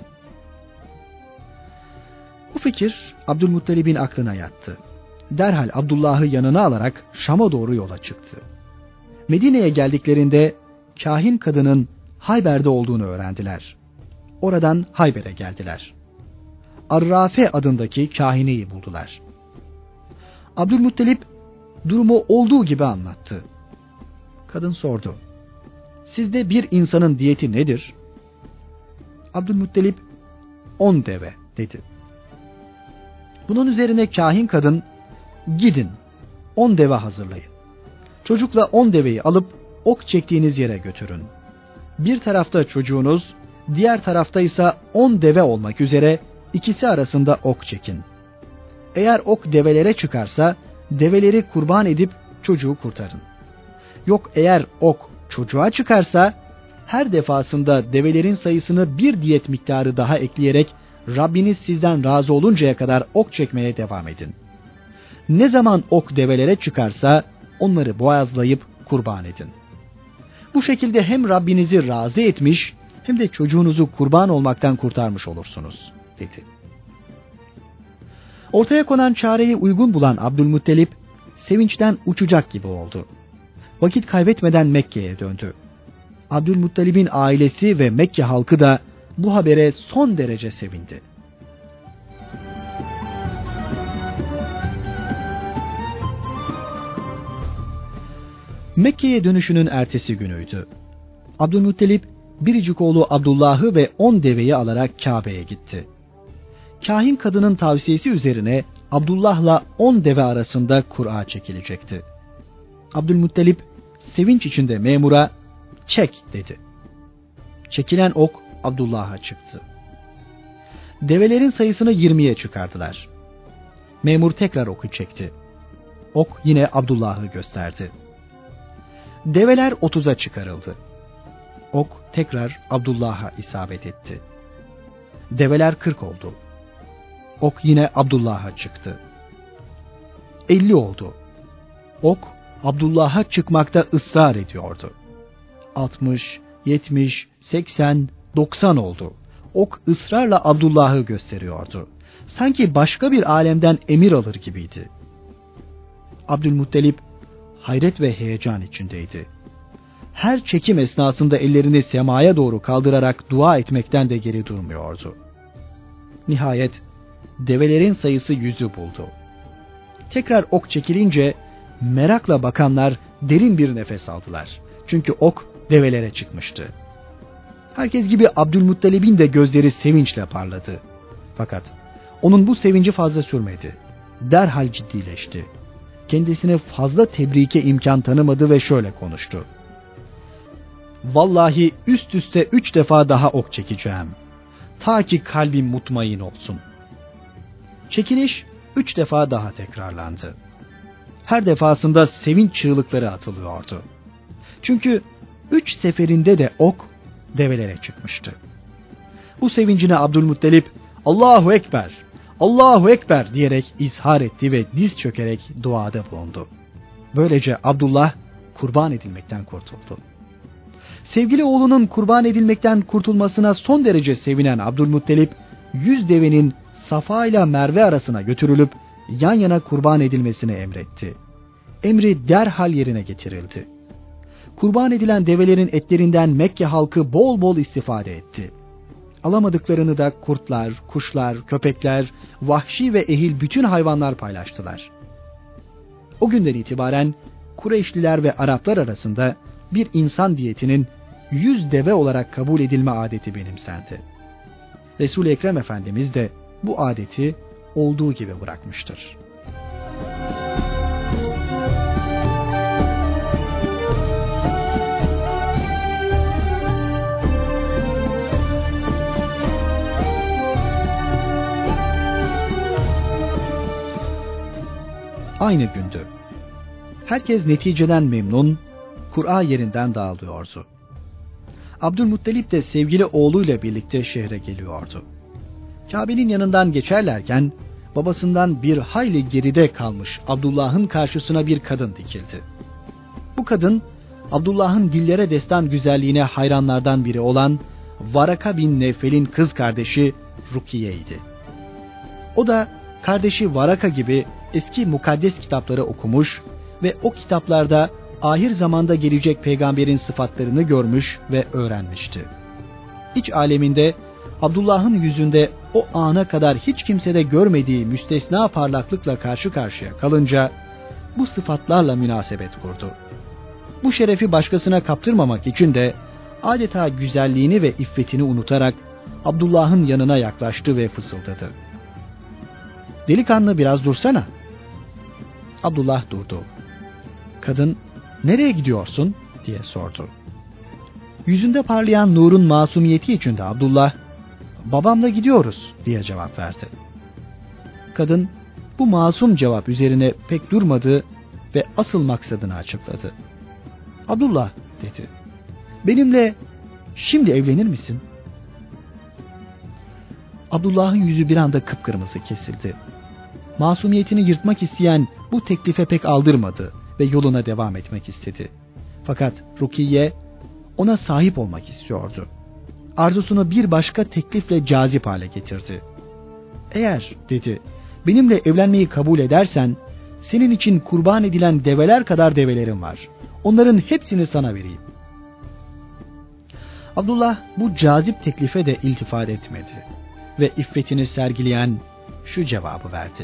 Bu fikir Abdülmuttalib'in aklına yattı. Derhal Abdullah'ı yanına alarak Şam'a doğru yola çıktı. Medine'ye geldiklerinde kahin kadının Hayber'de olduğunu öğrendiler. Oradan Hayber'e geldiler. Arrafe adındaki kahineyi buldular. Abdülmuttalip durumu olduğu gibi anlattı. Kadın sordu. "Sizde bir insanın diyeti nedir?" Abdülmuttalip on deve dedi. Bunun üzerine kahin kadın, "Gidin, on deve hazırlayın. Çocukla on deveyi alıp ok çektiğiniz yere götürün. Bir tarafta çocuğunuz, diğer tarafta ise on deve olmak üzere ikisi arasında ok çekin. Eğer ok develere çıkarsa develeri kurban edip çocuğu kurtarın. Yok eğer ok çocuğa çıkarsa her defasında develerin sayısını bir diyet miktarı daha ekleyerek Rabbiniz sizden razı oluncaya kadar ok çekmeye devam edin. Ne zaman ok develere çıkarsa onları boğazlayıp kurban edin. Bu şekilde hem Rabbinizi razı etmiş hem de çocuğunuzu kurban olmaktan kurtarmış olursunuz," dedi. Ortaya konan çareyi uygun bulan Abdülmuttalip sevinçten uçacak gibi oldu. Vakit kaybetmeden Mekke'ye döndü. Abdülmuttalib'in ailesi ve Mekke halkı da bu habere son derece sevindi. Mekke'ye dönüşünün ertesi günüydü. Abdülmuttalip biricik oğlu Abdullah'ı ve on deveyi alarak Kabe'ye gitti. Kahin kadının tavsiyesi üzerine Abdullah'la on deve arasında kura çekilecekti. Abdülmuttalip sevinç içinde memura "Çek" dedi. Çekilen ok Abdullah'a çıktı. Develerin sayısını yirmiye çıkardılar. Memur tekrar oku çekti. Ok yine Abdullah'ı gösterdi. Develer otuza çıkarıldı. Ok tekrar Abdullah'a isabet etti. Develer kırk oldu. Ok yine Abdullah'a çıktı. elli oldu. Ok Abdullah'a çıkmakta ısrar ediyordu. altmış, yetmiş, seksen, doksan oldu. Ok ısrarla Abdullah'ı gösteriyordu. Sanki başka bir alemden emir alır gibiydi. Abdülmuttalip hayret ve heyecan içindeydi. Her çekim esnasında ellerini semaya doğru kaldırarak dua etmekten de geri durmuyordu. Nihayet develerin sayısı yüzü buldu. Tekrar ok çekilince merakla bakanlar derin bir nefes aldılar. Çünkü ok develere çıkmıştı. Herkes gibi Abdülmuttalib'in de gözleri sevinçle parladı. Fakat onun bu sevinci fazla sürmedi. Derhal ciddileşti. Kendisine fazla tebrike imkan tanımadı ve şöyle konuştu. "Vallahi üst üste üç defa daha ok çekeceğim. Ta ki kalbim mutmain olsun." Çekiliş üç defa daha tekrarlandı. Her defasında sevinç çığlıkları atılıyordu. Çünkü üç seferinde de ok develere çıkmıştı. Bu sevincine Abdülmuttalip "Allahu Ekber, Allahu Ekber" diyerek izhar etti ve diz çökerek duada bulundu. Böylece Abdullah kurban edilmekten kurtuldu. Sevgili oğlunun kurban edilmekten kurtulmasına son derece sevinen Abdülmuttalip, yüz devenin Safa ile Merve arasına götürülüp yan yana kurban edilmesini emretti. Emri derhal yerine getirildi. Kurban edilen develerin etlerinden Mekke halkı bol bol istifade etti. Alamadıklarını da kurtlar, kuşlar, köpekler, vahşi ve ehil bütün hayvanlar paylaştılar. O günden itibaren Kureyşliler ve Araplar arasında bir insan diyetinin yüz deve olarak kabul edilme adeti benimsendi. Resul-i Ekrem Efendimiz de bu adeti olduğu gibi bırakmıştır. Aynı gündü. Herkes neticeden memnun, Kur'a yerinden dağılıyordu. Abdülmuttalip de sevgili oğluyla birlikte şehre geliyordu. Kabe'nin yanından geçerlerken babasından bir hayli geride kalmış Abdullah'ın karşısına bir kadın dikildi. Bu kadın Abdullah'ın dillere destan güzelliğine hayranlardan biri olan Varaka bin Nevfel'in kız kardeşi Rukiye'ydi. O da kardeşi Varaka gibi eski mukaddes kitapları okumuş ve o kitaplarda ahir zamanda gelecek peygamberin sıfatlarını görmüş ve öğrenmişti. İç aleminde Abdullah'ın yüzünde o ana kadar hiç kimsede görmediği müstesna parlaklıkla karşı karşıya kalınca bu sıfatlarla münasebet kurdu. Bu şerefi başkasına kaptırmamak için de adeta güzelliğini ve iffetini unutarak Abdullah'ın yanına yaklaştı ve fısıldadı. "Delikanlı, biraz dursana." Abdullah durdu. Kadın, "Nereye gidiyorsun?" diye sordu. Yüzünde parlayan nurun masumiyeti içinde Abdullah, "Babamla gidiyoruz," diye cevap verdi. Kadın bu masum cevap üzerine pek durmadı ve asıl maksadını açıkladı. "Abdullah," dedi, "benimle şimdi evlenir misin?" Abdullah'ın yüzü bir anda kıpkırmızı kesildi. Masumiyetini yırtmak isteyen bu teklife pek aldırmadı ve yoluna devam etmek istedi. Fakat Rukiye ona sahip olmak istiyordu. Arzusunu bir başka teklifle cazip hale getirdi. "Eğer," dedi, "benimle evlenmeyi kabul edersen, senin için kurban edilen develer kadar develerim var. Onların hepsini sana vereyim." Abdullah bu cazip teklife de iltifat etmedi ve iffetini sergileyen şu cevabı verdi: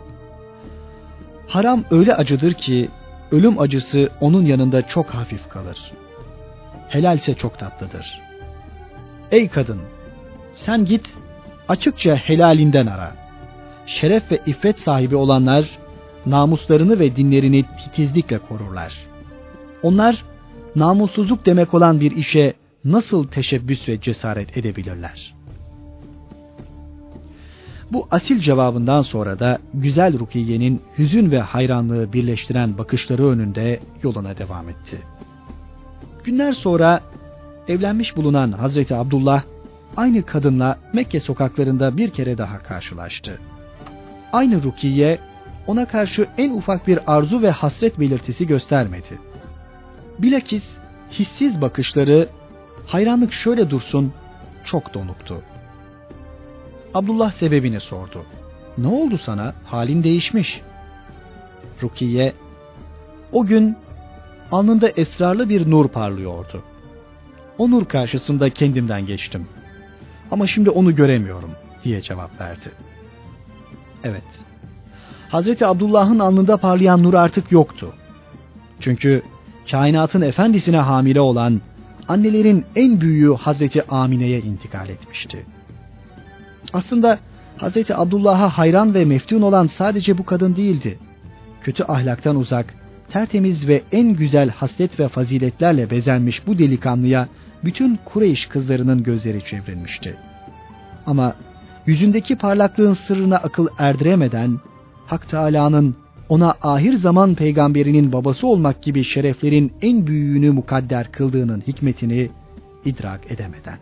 "Haram öyle acıdır ki ölüm acısı onun yanında çok hafif kalır. Helalse çok tatlıdır. Ey kadın, sen git açıkça helalinden ara. Şeref ve iffet sahibi olanlar namuslarını ve dinlerini titizlikle korurlar. Onlar namussuzluk demek olan bir işe nasıl teşebbüs ve cesaret edebilirler?" Bu asil cevabından sonra da güzel Rukiye'nin hüzün ve hayranlığı birleştiren bakışları önünde yoluna devam etti. Günler sonra evlenmiş bulunan Hazreti Abdullah aynı kadınla Mekke sokaklarında bir kere daha karşılaştı. Aynı Rukiye ona karşı en ufak bir arzu ve hasret belirtisi göstermedi. Bilakis hissiz bakışları, hayranlık şöyle dursun, çok donuktu. Abdullah sebebini sordu. "Ne oldu sana? Halin değişmiş." Rukiye, "O gün alnında esrarlı bir nur parlıyordu. O nur karşısında kendimden geçtim. Ama şimdi onu göremiyorum," diye cevap verdi. Evet, Hazreti Abdullah'ın alnında parlayan nur artık yoktu. Çünkü kainatın efendisine hamile olan annelerin en büyüğü Hazreti Amine'ye intikal etmişti. Aslında Hazreti Abdullah'a hayran ve meftun olan sadece bu kadın değildi. Kötü ahlaktan uzak, tertemiz ve en güzel haslet ve faziletlerle bezenmiş bu delikanlıya bütün Kureyş kızlarının gözleri çevrilmişti. Ama yüzündeki parlaklığın sırrına akıl erdiremeden, Hak Teâlâ'nın ona ahir zaman peygamberinin babası olmak gibi şereflerin en büyüğünü mukadder kıldığının hikmetini idrak edemeden.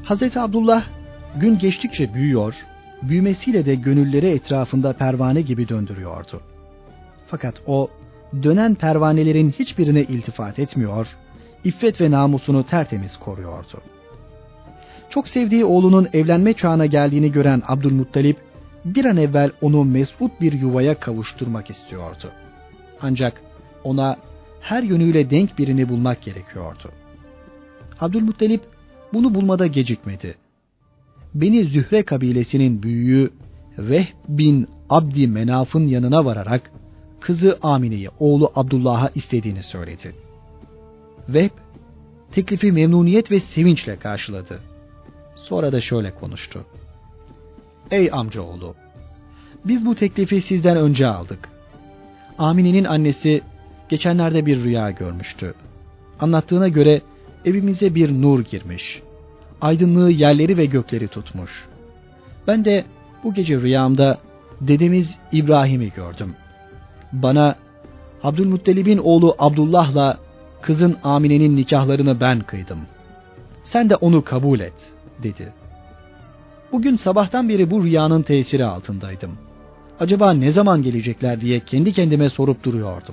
Hazreti Abdullah gün geçtikçe büyüyor, büyümesiyle de gönülleri etrafında pervane gibi döndürüyordu. Fakat o dönen pervanelerin hiçbirine iltifat etmiyor, iffet ve namusunu tertemiz koruyordu. Çok sevdiği oğlunun evlenme çağına geldiğini gören Abdülmuttalip bir an evvel onu mesut bir yuvaya kavuşturmak istiyordu. Ancak ona her yönüyle denk birini bulmak gerekiyordu. Abdülmuttalip bunu bulmada gecikmedi. Beni Zühre kabilesinin büyüğü Vehb bin Abdi Menaf'ın yanına vararak kızı Amine'yi oğlu Abdullah'a istediğini söyledi. Vehb teklifi memnuniyet ve sevinçle karşıladı. Sonra da şöyle konuştu. Ey amcaoğlu, biz bu teklifi sizden önce aldık. Amine'nin annesi geçenlerde bir rüya görmüştü. Anlattığına göre evimize bir nur girmiş. Aydınlığı yerleri ve gökleri tutmuş. Ben de bu gece rüyamda dedemiz İbrahim'i gördüm. Bana Abdülmuttalib'in oğlu Abdullah'la kızın Amine'nin nikahlarını ben kıydım. Sen de onu kabul et, dedi. Bugün sabahtan beri bu rüyanın tesiri altındaydım. Acaba ne zaman gelecekler diye kendi kendime sorup duruyordum.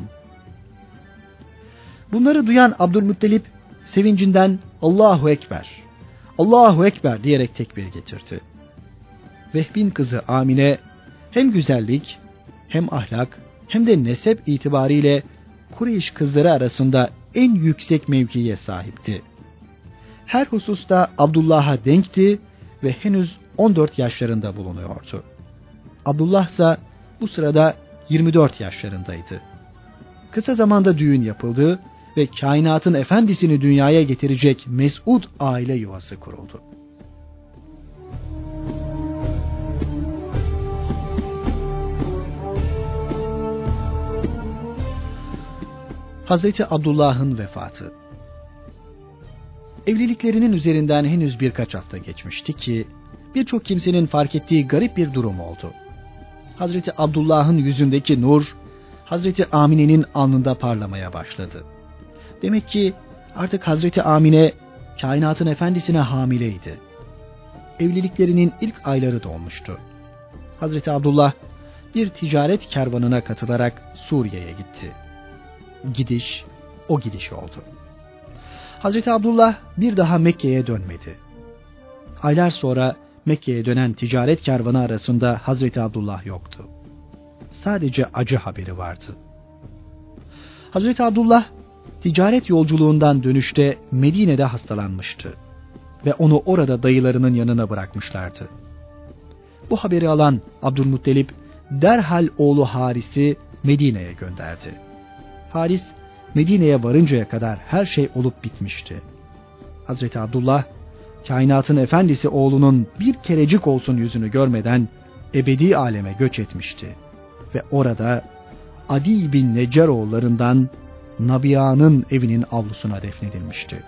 Bunları duyan Abdülmuttalip sevincinden Allahu Ekber, Allahu Ekber diyerek tekbir getirdi. Vehb'in kızı Amine hem güzellik, hem ahlak, hem de nesep itibariyle Kureyş kızları arasında en yüksek mevkiye sahipti. Her hususta Abdullah'a denkti ve henüz on dört yaşlarında bulunuyordu. Abdullah ise bu sırada yirmi dört yaşlarındaydı. Kısa zamanda düğün yapıldı ve kainatın efendisini dünyaya getirecek mes'ud aile yuvası kuruldu. Hazreti Abdullah'ın vefatı. Evliliklerinin üzerinden henüz birkaç hafta geçmişti ki birçok kimsenin fark ettiği garip bir durum oldu. Hazreti Abdullah'ın yüzündeki nur Hazreti Amine'nin alnında parlamaya başladı. Demek ki artık Hazreti Amine kainatın efendisine hamileydi. Evliliklerinin ilk ayları dolmuştu. Hazreti Abdullah bir ticaret kervanına katılarak Suriye'ye gitti. Gidiş o gidiş oldu. Hazreti Abdullah bir daha Mekke'ye dönmedi. Aylar sonra Mekke'ye dönen ticaret kervanı arasında Hazreti Abdullah yoktu. Sadece acı haberi vardı. Hazreti Abdullah ticaret yolculuğundan dönüşte Medine'de hastalanmıştı ve onu orada dayılarının yanına bırakmışlardı. Bu haberi alan Abdülmuttalip derhal oğlu Haris'i Medine'ye gönderdi. Haris Medine'ye varıncaya kadar her şey olup bitmişti. Hazreti Abdullah kainatın efendisi oğlunun bir kerecik olsun yüzünü görmeden ebedi aleme göç etmişti ve orada Adi bin Neccaroğullarından Nabiha'nın evinin avlusuna defnedilmişti.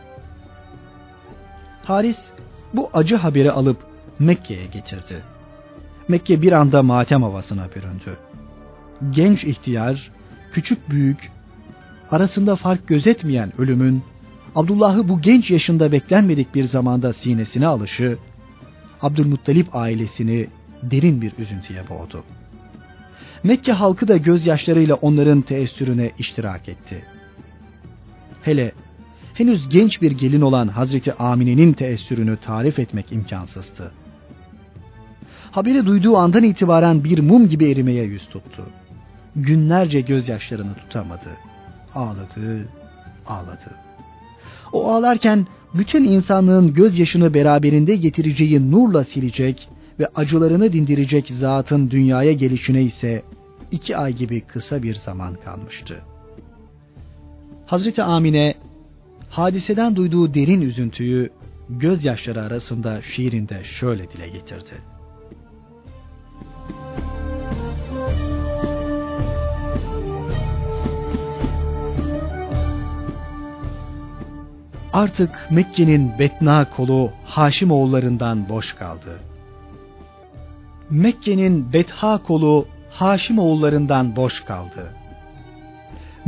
Haris bu acı haberi alıp Mekke'ye getirdi. Mekke bir anda matem havasına büründü. Genç ihtiyar, küçük büyük, arasında fark gözetmeyen ölümün Abdullah'ı bu genç yaşında beklenmedik bir zamanda sinesine alışı Abdülmuttalip ailesini derin bir üzüntüye boğdu. Mekke halkı da gözyaşlarıyla onların teessürüne iştirak etti. Hele henüz genç bir gelin olan Hazreti Amine'nin teessürünü tarif etmek imkansızdı. Haberi duyduğu andan itibaren bir mum gibi erimeye yüz tuttu. Günlerce gözyaşlarını tutamadı. Ağladı, ağladı. O ağlarken bütün insanlığın gözyaşını beraberinde getireceği nurla silecek ve acılarını dindirecek zatın dünyaya gelişine ise iki ay gibi kısa bir zaman kalmıştı. Hazreti Amine hadiseden duyduğu derin üzüntüyü gözyaşları arasında şiirinde şöyle dile getirdi. Artık Mekke'nin Betna kolu Haşimoğullarından boş kaldı. Mekke'nin Betha kolu Haşimoğullarından boş kaldı.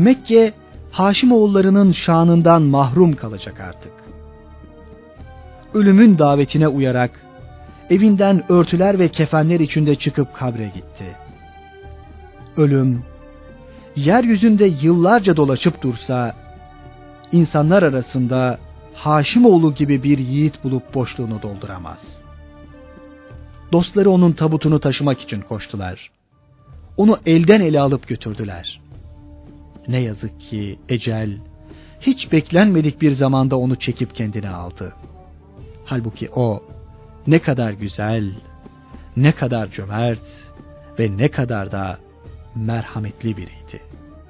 Mekke Haşimoğullarının şanından mahrum kalacak artık. ölümün davetine uyarak evinden örtüler ve kefenler içinde çıkıp kabre gitti. Ölüm, yeryüzünde yıllarca dolaşıp dursa, insanlar arasında Haşimoğlu gibi bir yiğit bulup boşluğunu dolduramaz. Dostları onun tabutunu taşımak için koştular. Onu elden ele alıp götürdüler. Ne yazık ki ecel, hiç beklenmedik bir zamanda onu çekip kendine aldı. Halbuki o, ne kadar güzel, ne kadar cömert ve ne kadar da merhametli biriydi.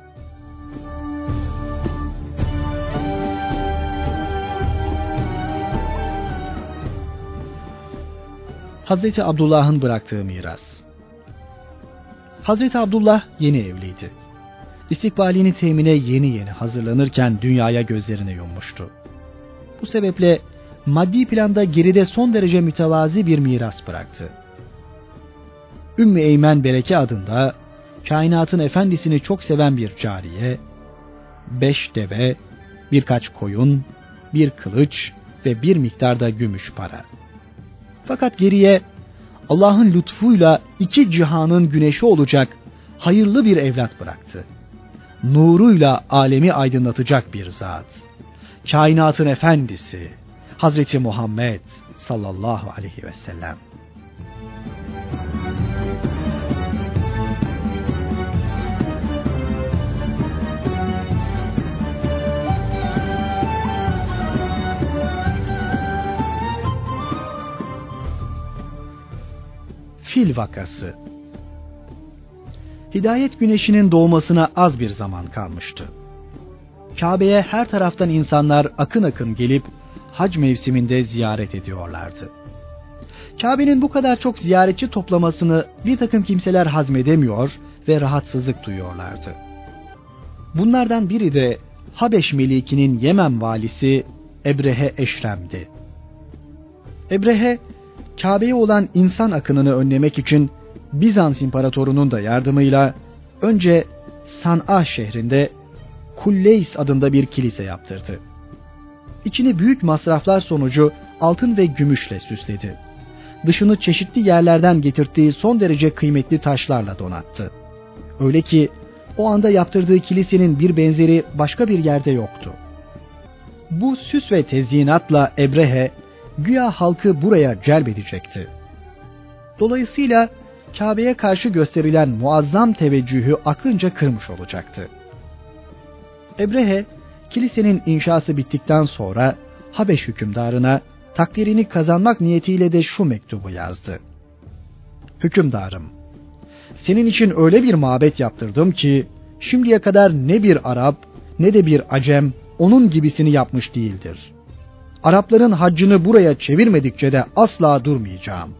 Hazreti Abdullah'ın bıraktığı miras. Hazreti Abdullah yeni evliydi. İstikbalini temine yeni yeni hazırlanırken dünyaya gözlerini yummuştu. Bu sebeple maddi planda geride son derece mütevazi bir miras bıraktı. Ümmü Eymen Bereke adında kainatın efendisini çok seven bir cariye, beş deve, birkaç koyun, bir kılıç ve bir miktarda gümüş para. Fakat geriye Allah'ın lütfuyla iki cihanın güneşi olacak hayırlı bir evlat bıraktı. Nuruyla alemi aydınlatacak bir zat. Kainatın efendisi Hazreti Muhammed sallallahu aleyhi ve sellem. Fil vakası. Hidayet güneşinin doğmasına az bir zaman kalmıştı. Kabe'ye her taraftan insanlar akın akın gelip hac mevsiminde ziyaret ediyorlardı. Kabe'nin bu kadar çok ziyaretçi toplamasını bir takım kimseler hazmedemiyor ve rahatsızlık duyuyorlardı. Bunlardan biri de Habeş Melikinin Yemen valisi Ebrehe Eşrem'di. Ebrehe, Kabe'ye olan insan akınını önlemek için Bizans İmparatorunun da yardımıyla önce San'a şehrinde Kulleys adında bir kilise yaptırdı. İçini büyük masraflar sonucu altın ve gümüşle süsledi. Dışını çeşitli yerlerden getirdiği son derece kıymetli taşlarla donattı. Öyle ki o anda yaptırdığı kilisenin bir benzeri başka bir yerde yoktu. Bu süs ve tezyinatla Ebrehe güya halkı buraya celbedecekti. Dolayısıyla Kabe'ye karşı gösterilen muazzam teveccühü aklınca kırmış olacaktı. Ebrehe, kilisenin inşası bittikten sonra Habeş hükümdarına takdirini kazanmak niyetiyle de şu mektubu yazdı. Hükümdarım, senin için öyle bir mabet yaptırdım ki şimdiye kadar ne bir Arap ne de bir Acem onun gibisini yapmış değildir. Arapların haccını buraya çevirmedikçe de asla durmayacağım.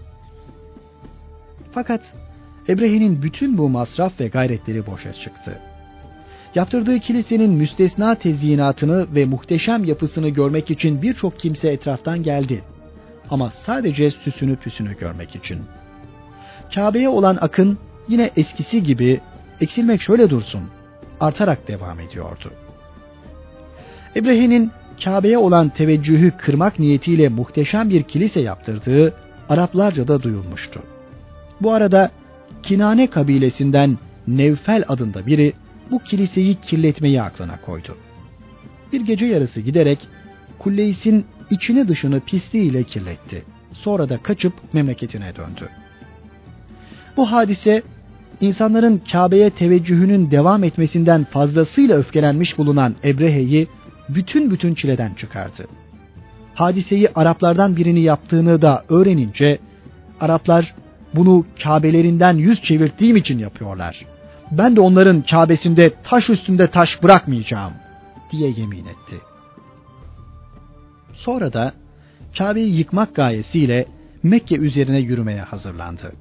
Fakat Ebrehe'nin bütün bu masraf ve gayretleri boşa çıktı. Yaptırdığı kilisenin müstesna tezyinatını ve muhteşem yapısını görmek için birçok kimse etraftan geldi. Ama sadece süsünü püsünü görmek için. Kabe'ye olan akın yine eskisi gibi, eksilmek şöyle dursun, artarak devam ediyordu. Ebrehe'nin Kabe'ye olan teveccühü kırmak niyetiyle muhteşem bir kilise yaptırdığı Araplarca da duyulmuştu. Bu arada Kinane kabilesinden Nevfel adında biri bu kiliseyi kirletmeyi aklına koydu. Bir gece yarısı giderek Kulleys'in içini dışını pisliğiyle kirletti. Sonra da kaçıp memleketine döndü. Bu hadise insanların Kabe'ye teveccühünün devam etmesinden fazlasıyla öfkelenmiş bulunan Ebrehe'yi bütün bütün çileden çıkardı. Hadiseyi Araplardan birini yaptığını da öğrenince Araplar bunu Kabe'lerinden yüz çevirdiğim için yapıyorlar. Ben de onların Kabe'sinde taş üstünde taş bırakmayacağım diye yemin etti. Sonra da Kabe'yi yıkmak gayesiyle Mekke üzerine yürümeye hazırlandı.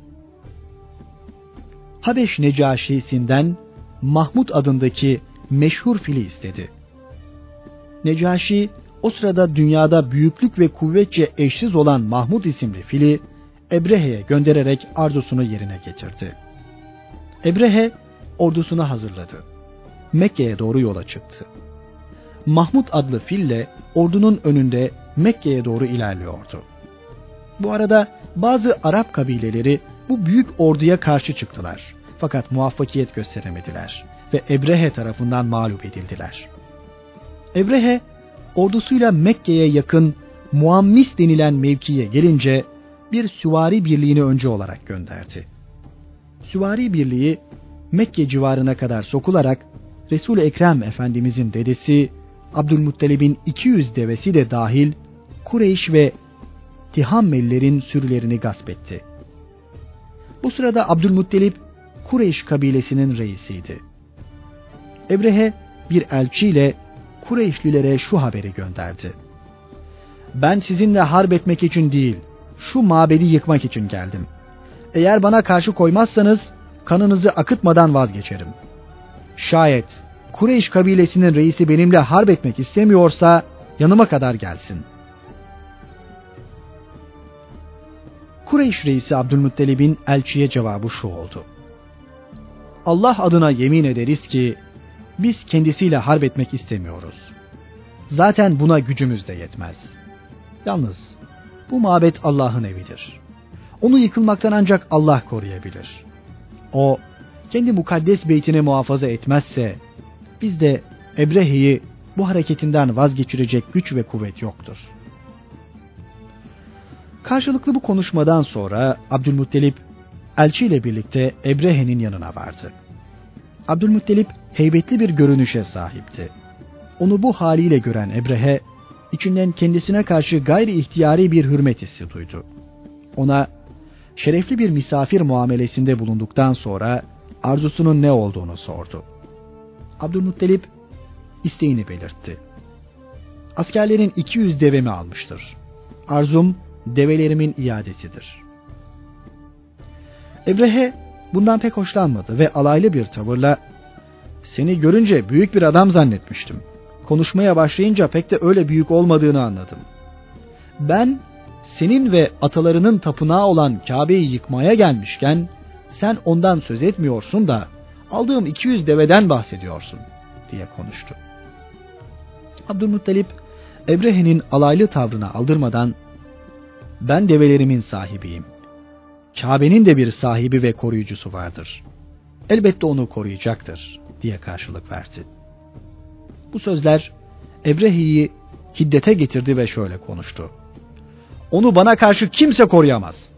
Habeş Necaşisi'nden Mahmud adındaki meşhur fili istedi. Necaşi o sırada dünyada büyüklük ve kuvvetçe eşsiz olan Mahmud isimli fili Ebrehe'ye göndererek arzusunu yerine getirdi. Ebrehe ordusunu hazırladı. Mekke'ye doğru yola çıktı. Mahmud adlı fille ordunun önünde Mekke'ye doğru ilerliyordu. Bu arada bazı Arap kabileleri bu büyük orduya karşı çıktılar. Fakat muvaffakiyet gösteremediler ve Ebrehe tarafından mağlup edildiler. Ebrehe ordusuyla Mekke'ye yakın Muammis denilen mevkiye gelince bir süvari birliğini önce olarak gönderdi. Süvari birliği Mekke civarına kadar sokularak Resul-i Ekrem Efendimizin dedesi Abdülmuttalib'in iki yüz devesi de dahil Kureyş ve Tihammelilerin sürülerini gasp etti. Bu sırada Abdülmuttalib Kureyş kabilesinin reisiydi. Ebrehe bir elçiyle Kureyşlilere şu haberi gönderdi: "Ben sizinle harp etmek için değil, şu mabedi yıkmak için geldim. Eğer bana karşı koymazsanız kanınızı akıtmadan vazgeçerim. Şayet Kureyş kabilesinin reisi benimle harp etmek istemiyorsa yanıma kadar gelsin." Kureyş reisi Abdülmuttalib'in elçiye cevabı şu oldu: "Allah adına yemin ederiz ki biz kendisiyle harp etmek istemiyoruz. Zaten buna gücümüz de yetmez. Yalnız bu mabet Allah'ın evidir. Onu yıkılmaktan ancak Allah koruyabilir. O kendi mukaddes beytini muhafaza etmezse bizde Ebrehe'yi bu hareketinden vazgeçirecek güç ve kuvvet yoktur." Karşılıklı bu konuşmadan sonra Abdülmuttalib elçiyle birlikte Ebrehe'nin yanına vardı. Abdülmuttalib heybetli bir görünüşe sahipti. Onu bu haliyle gören Ebrehe içinden kendisine karşı gayri ihtiyari bir hürmet hissi duydu. Ona şerefli bir misafir muamelesinde bulunduktan sonra arzusunun ne olduğunu sordu. Abdülmuttalib isteğini belirtti. "Askerlerin iki yüz devemi almıştır. Arzum develerimin iadesidir." Ebrehe bundan pek hoşlanmadı ve alaylı bir tavırla "Seni görünce büyük bir adam zannetmiştim. Konuşmaya başlayınca pek de öyle büyük olmadığını anladım. Ben senin ve atalarının tapınağı olan Kabe'yi yıkmaya gelmişken sen ondan söz etmiyorsun da aldığım iki yüz deveden bahsediyorsun," diye konuştu. Abdülmuttalib Ebrehe'nin alaylı tavrına aldırmadan "Ben develerimin sahibiyim. Kabe'nin de bir sahibi ve koruyucusu vardır. Elbette onu koruyacaktır," diye karşılık verdi. Bu sözler Ebrehe'yi hiddete getirdi ve şöyle konuştu: "Onu bana karşı kimse koruyamaz."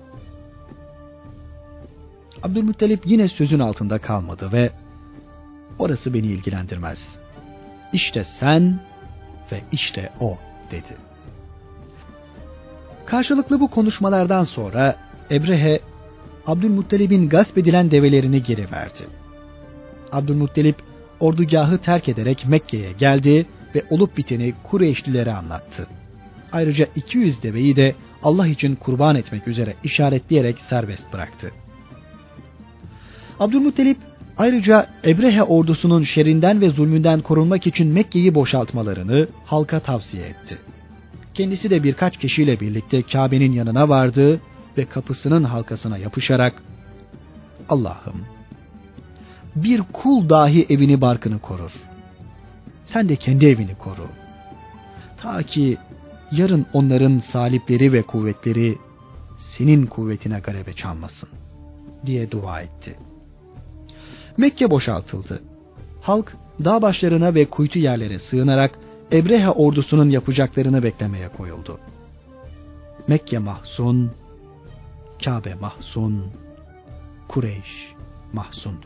Abdülmuttalib yine sözün altında kalmadı ve "Orası beni ilgilendirmez. İşte sen ve işte o," dedi. Karşılıklı bu konuşmalardan sonra Ebrehe Abdülmuttalib'in gasp edilen develerini geri verdi. Abdülmuttalib ordugahı terk ederek Mekke'ye geldi ve olup biteni Kureyşlilere anlattı. Ayrıca iki yüz deveyi de Allah için kurban etmek üzere işaretleyerek serbest bıraktı. Abdülmuttalib ayrıca Ebrehe ordusunun şerrinden ve zulmünden korunmak için Mekke'yi boşaltmalarını halka tavsiye etti. Kendisi de birkaç kişiyle birlikte Kabe'nin yanına vardı ve kapısının halkasına yapışarak "Allah'ım, bir kul dahi evini barkını korur. Sen de kendi evini koru. Ta ki yarın onların salipleri ve kuvvetleri senin kuvvetine galebe çalmasın," diye dua etti. Mekke boşaltıldı. Halk dağ başlarına ve kuytu yerlere sığınarak Ebrehe ordusunun yapacaklarını beklemeye koyuldu. Mekke mahzun, Kabe mahzun, Kureyş mahzundu.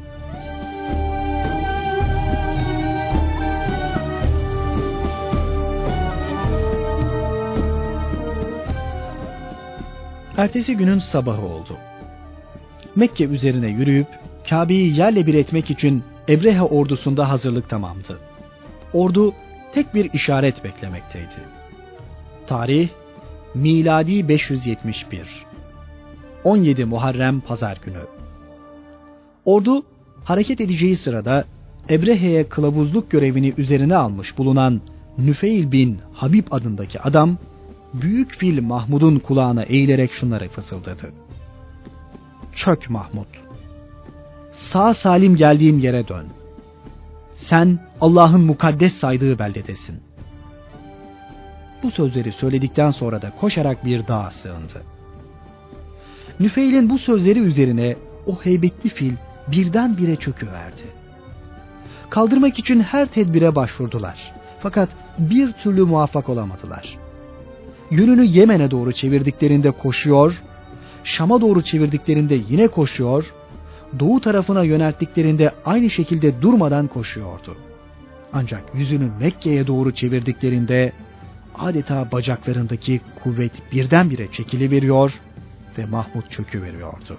Ertesi günün sabahı oldu. Mekke üzerine yürüyüp Kabe'yi yerle bir etmek için Ebrehe ordusunda hazırlık tamamdı. Ordu tek bir işaret beklemekteydi. Tarih miladi beş yüz yetmiş bir. on yedi Muharrem Pazar günü. Ordu hareket edeceği sırada Ebrehe'ye kılavuzluk görevini üzerine almış bulunan Nüfeil bin Habib adındaki adam Büyük Fil Mahmud'un kulağına eğilerek şunları fısıldadı: "Çök Mahmud. Sağ salim geldiğin yere dön. Sen Allah'ın mukaddes saydığı beldedesin." Bu sözleri söyledikten sonra da koşarak bir dağa sığındı. Nüfeil'in bu sözleri üzerine o heybetli fil birdenbire çöküverdi. Kaldırmak için her tedbire başvurdular. Fakat bir türlü muvaffak olamadılar. Yönünü Yemen'e doğru çevirdiklerinde koşuyor, Şam'a doğru çevirdiklerinde yine koşuyor, doğu tarafına yönelttiklerinde aynı şekilde durmadan koşuyordu. Ancak yüzünü Mekke'ye doğru çevirdiklerinde adeta bacaklarındaki kuvvet birdenbire çekiliveriyor ve Mahmud çöküveriyordu.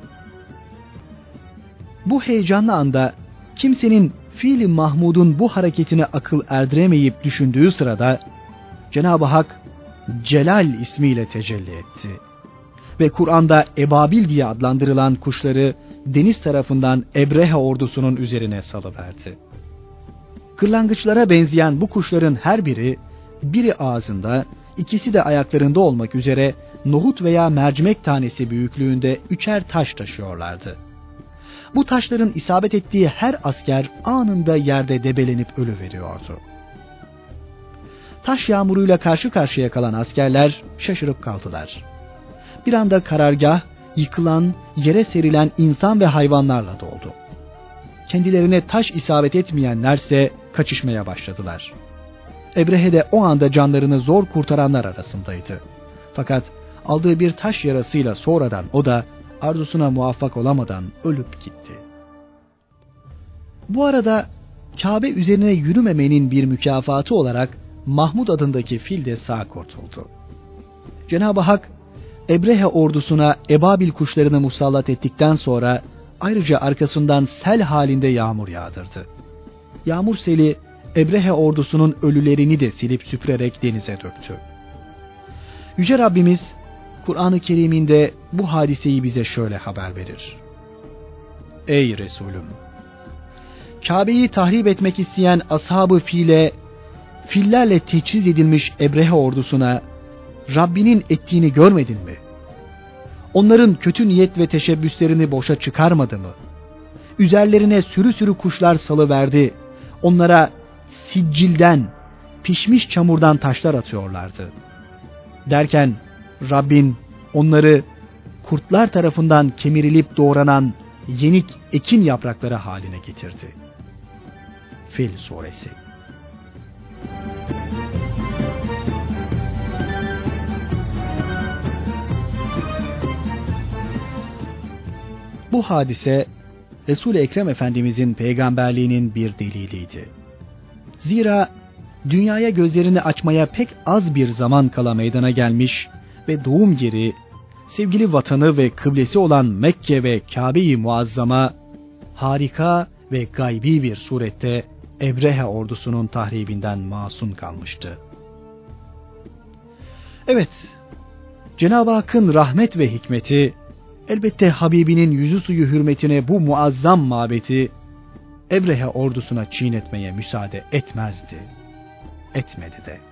Bu heyecanlı anda kimsenin fiil-i Mahmud'un bu hareketine akıl erdiremeyip düşündüğü sırada Cenab-ı Hak Celal ismiyle tecelli etti. Ve Kur'an'da Ebabil diye adlandırılan kuşları deniz tarafından Ebrehe ordusunun üzerine salıverdi. Kırlangıçlara benzeyen bu kuşların her biri, biri ağzında, ikisi de ayaklarında olmak üzere nohut veya mercimek tanesi büyüklüğünde üçer taş taşıyorlardı. Bu taşların isabet ettiği her asker anında yerde debelenip ölüveriyordu. Taş yağmuruyla karşı karşıya kalan askerler şaşırıp kaldılar. Bir anda karargah, yıkılan, yere serilen insan ve hayvanlarla doldu. Kendilerine taş isabet etmeyenlerse kaçışmaya başladılar. Ebrehe de o anda canlarını zor kurtaranlar arasındaydı. Fakat aldığı bir taş yarasıyla sonradan o da arzusuna muvaffak olamadan ölüp gitti. Bu arada Kabe üzerine yürümemenin bir mükafatı olarak Mahmud adındaki fil de sağ kurtuldu. Cenab-ı Hak Ebrehe ordusuna Ebabil kuşlarını musallat ettikten sonra ayrıca arkasından sel halinde yağmur yağdırdı. Yağmur seli Ebrehe ordusunun ölülerini de silip süpürerek denize döktü. Yüce Rabbimiz Kur'an-ı Kerim'inde bu hadiseyi bize şöyle haber verir. Ey Resulüm! Kabe'yi tahrip etmek isteyen ashab-ı file, fillerle teçhiz edilmiş Ebrehe ordusuna Rabbinin ettiğini görmedin mi? Onların kötü niyet ve teşebbüslerini boşa çıkarmadı mı? Üzerlerine sürü sürü kuşlar salıverdi. Onlara siccilden, pişmiş çamurdan taşlar atıyorlardı. Derken Rabbin onları kurtlar tarafından kemirilip doğranan yenik ekin yaprakları haline getirdi. Fil Suresi. Bu hadise Resul-i Ekrem Efendimizin peygamberliğinin bir deliliydi. Zira dünyaya gözlerini açmaya pek az bir zaman kala meydana gelmiş ve doğum yeri, sevgili vatanı ve kıblesi olan Mekke ve Kabe-i Muazzama, harika ve gaybi bir surette Ebrehe ordusunun tahribinden masum kalmıştı. Evet, Cenab-ı Hakk'ın rahmet ve hikmeti, elbette Habibinin yüzü suyu hürmetine bu muazzam mabeti Ebrehe ordusuna çiğnetmeye müsaade etmezdi. Etmedi de.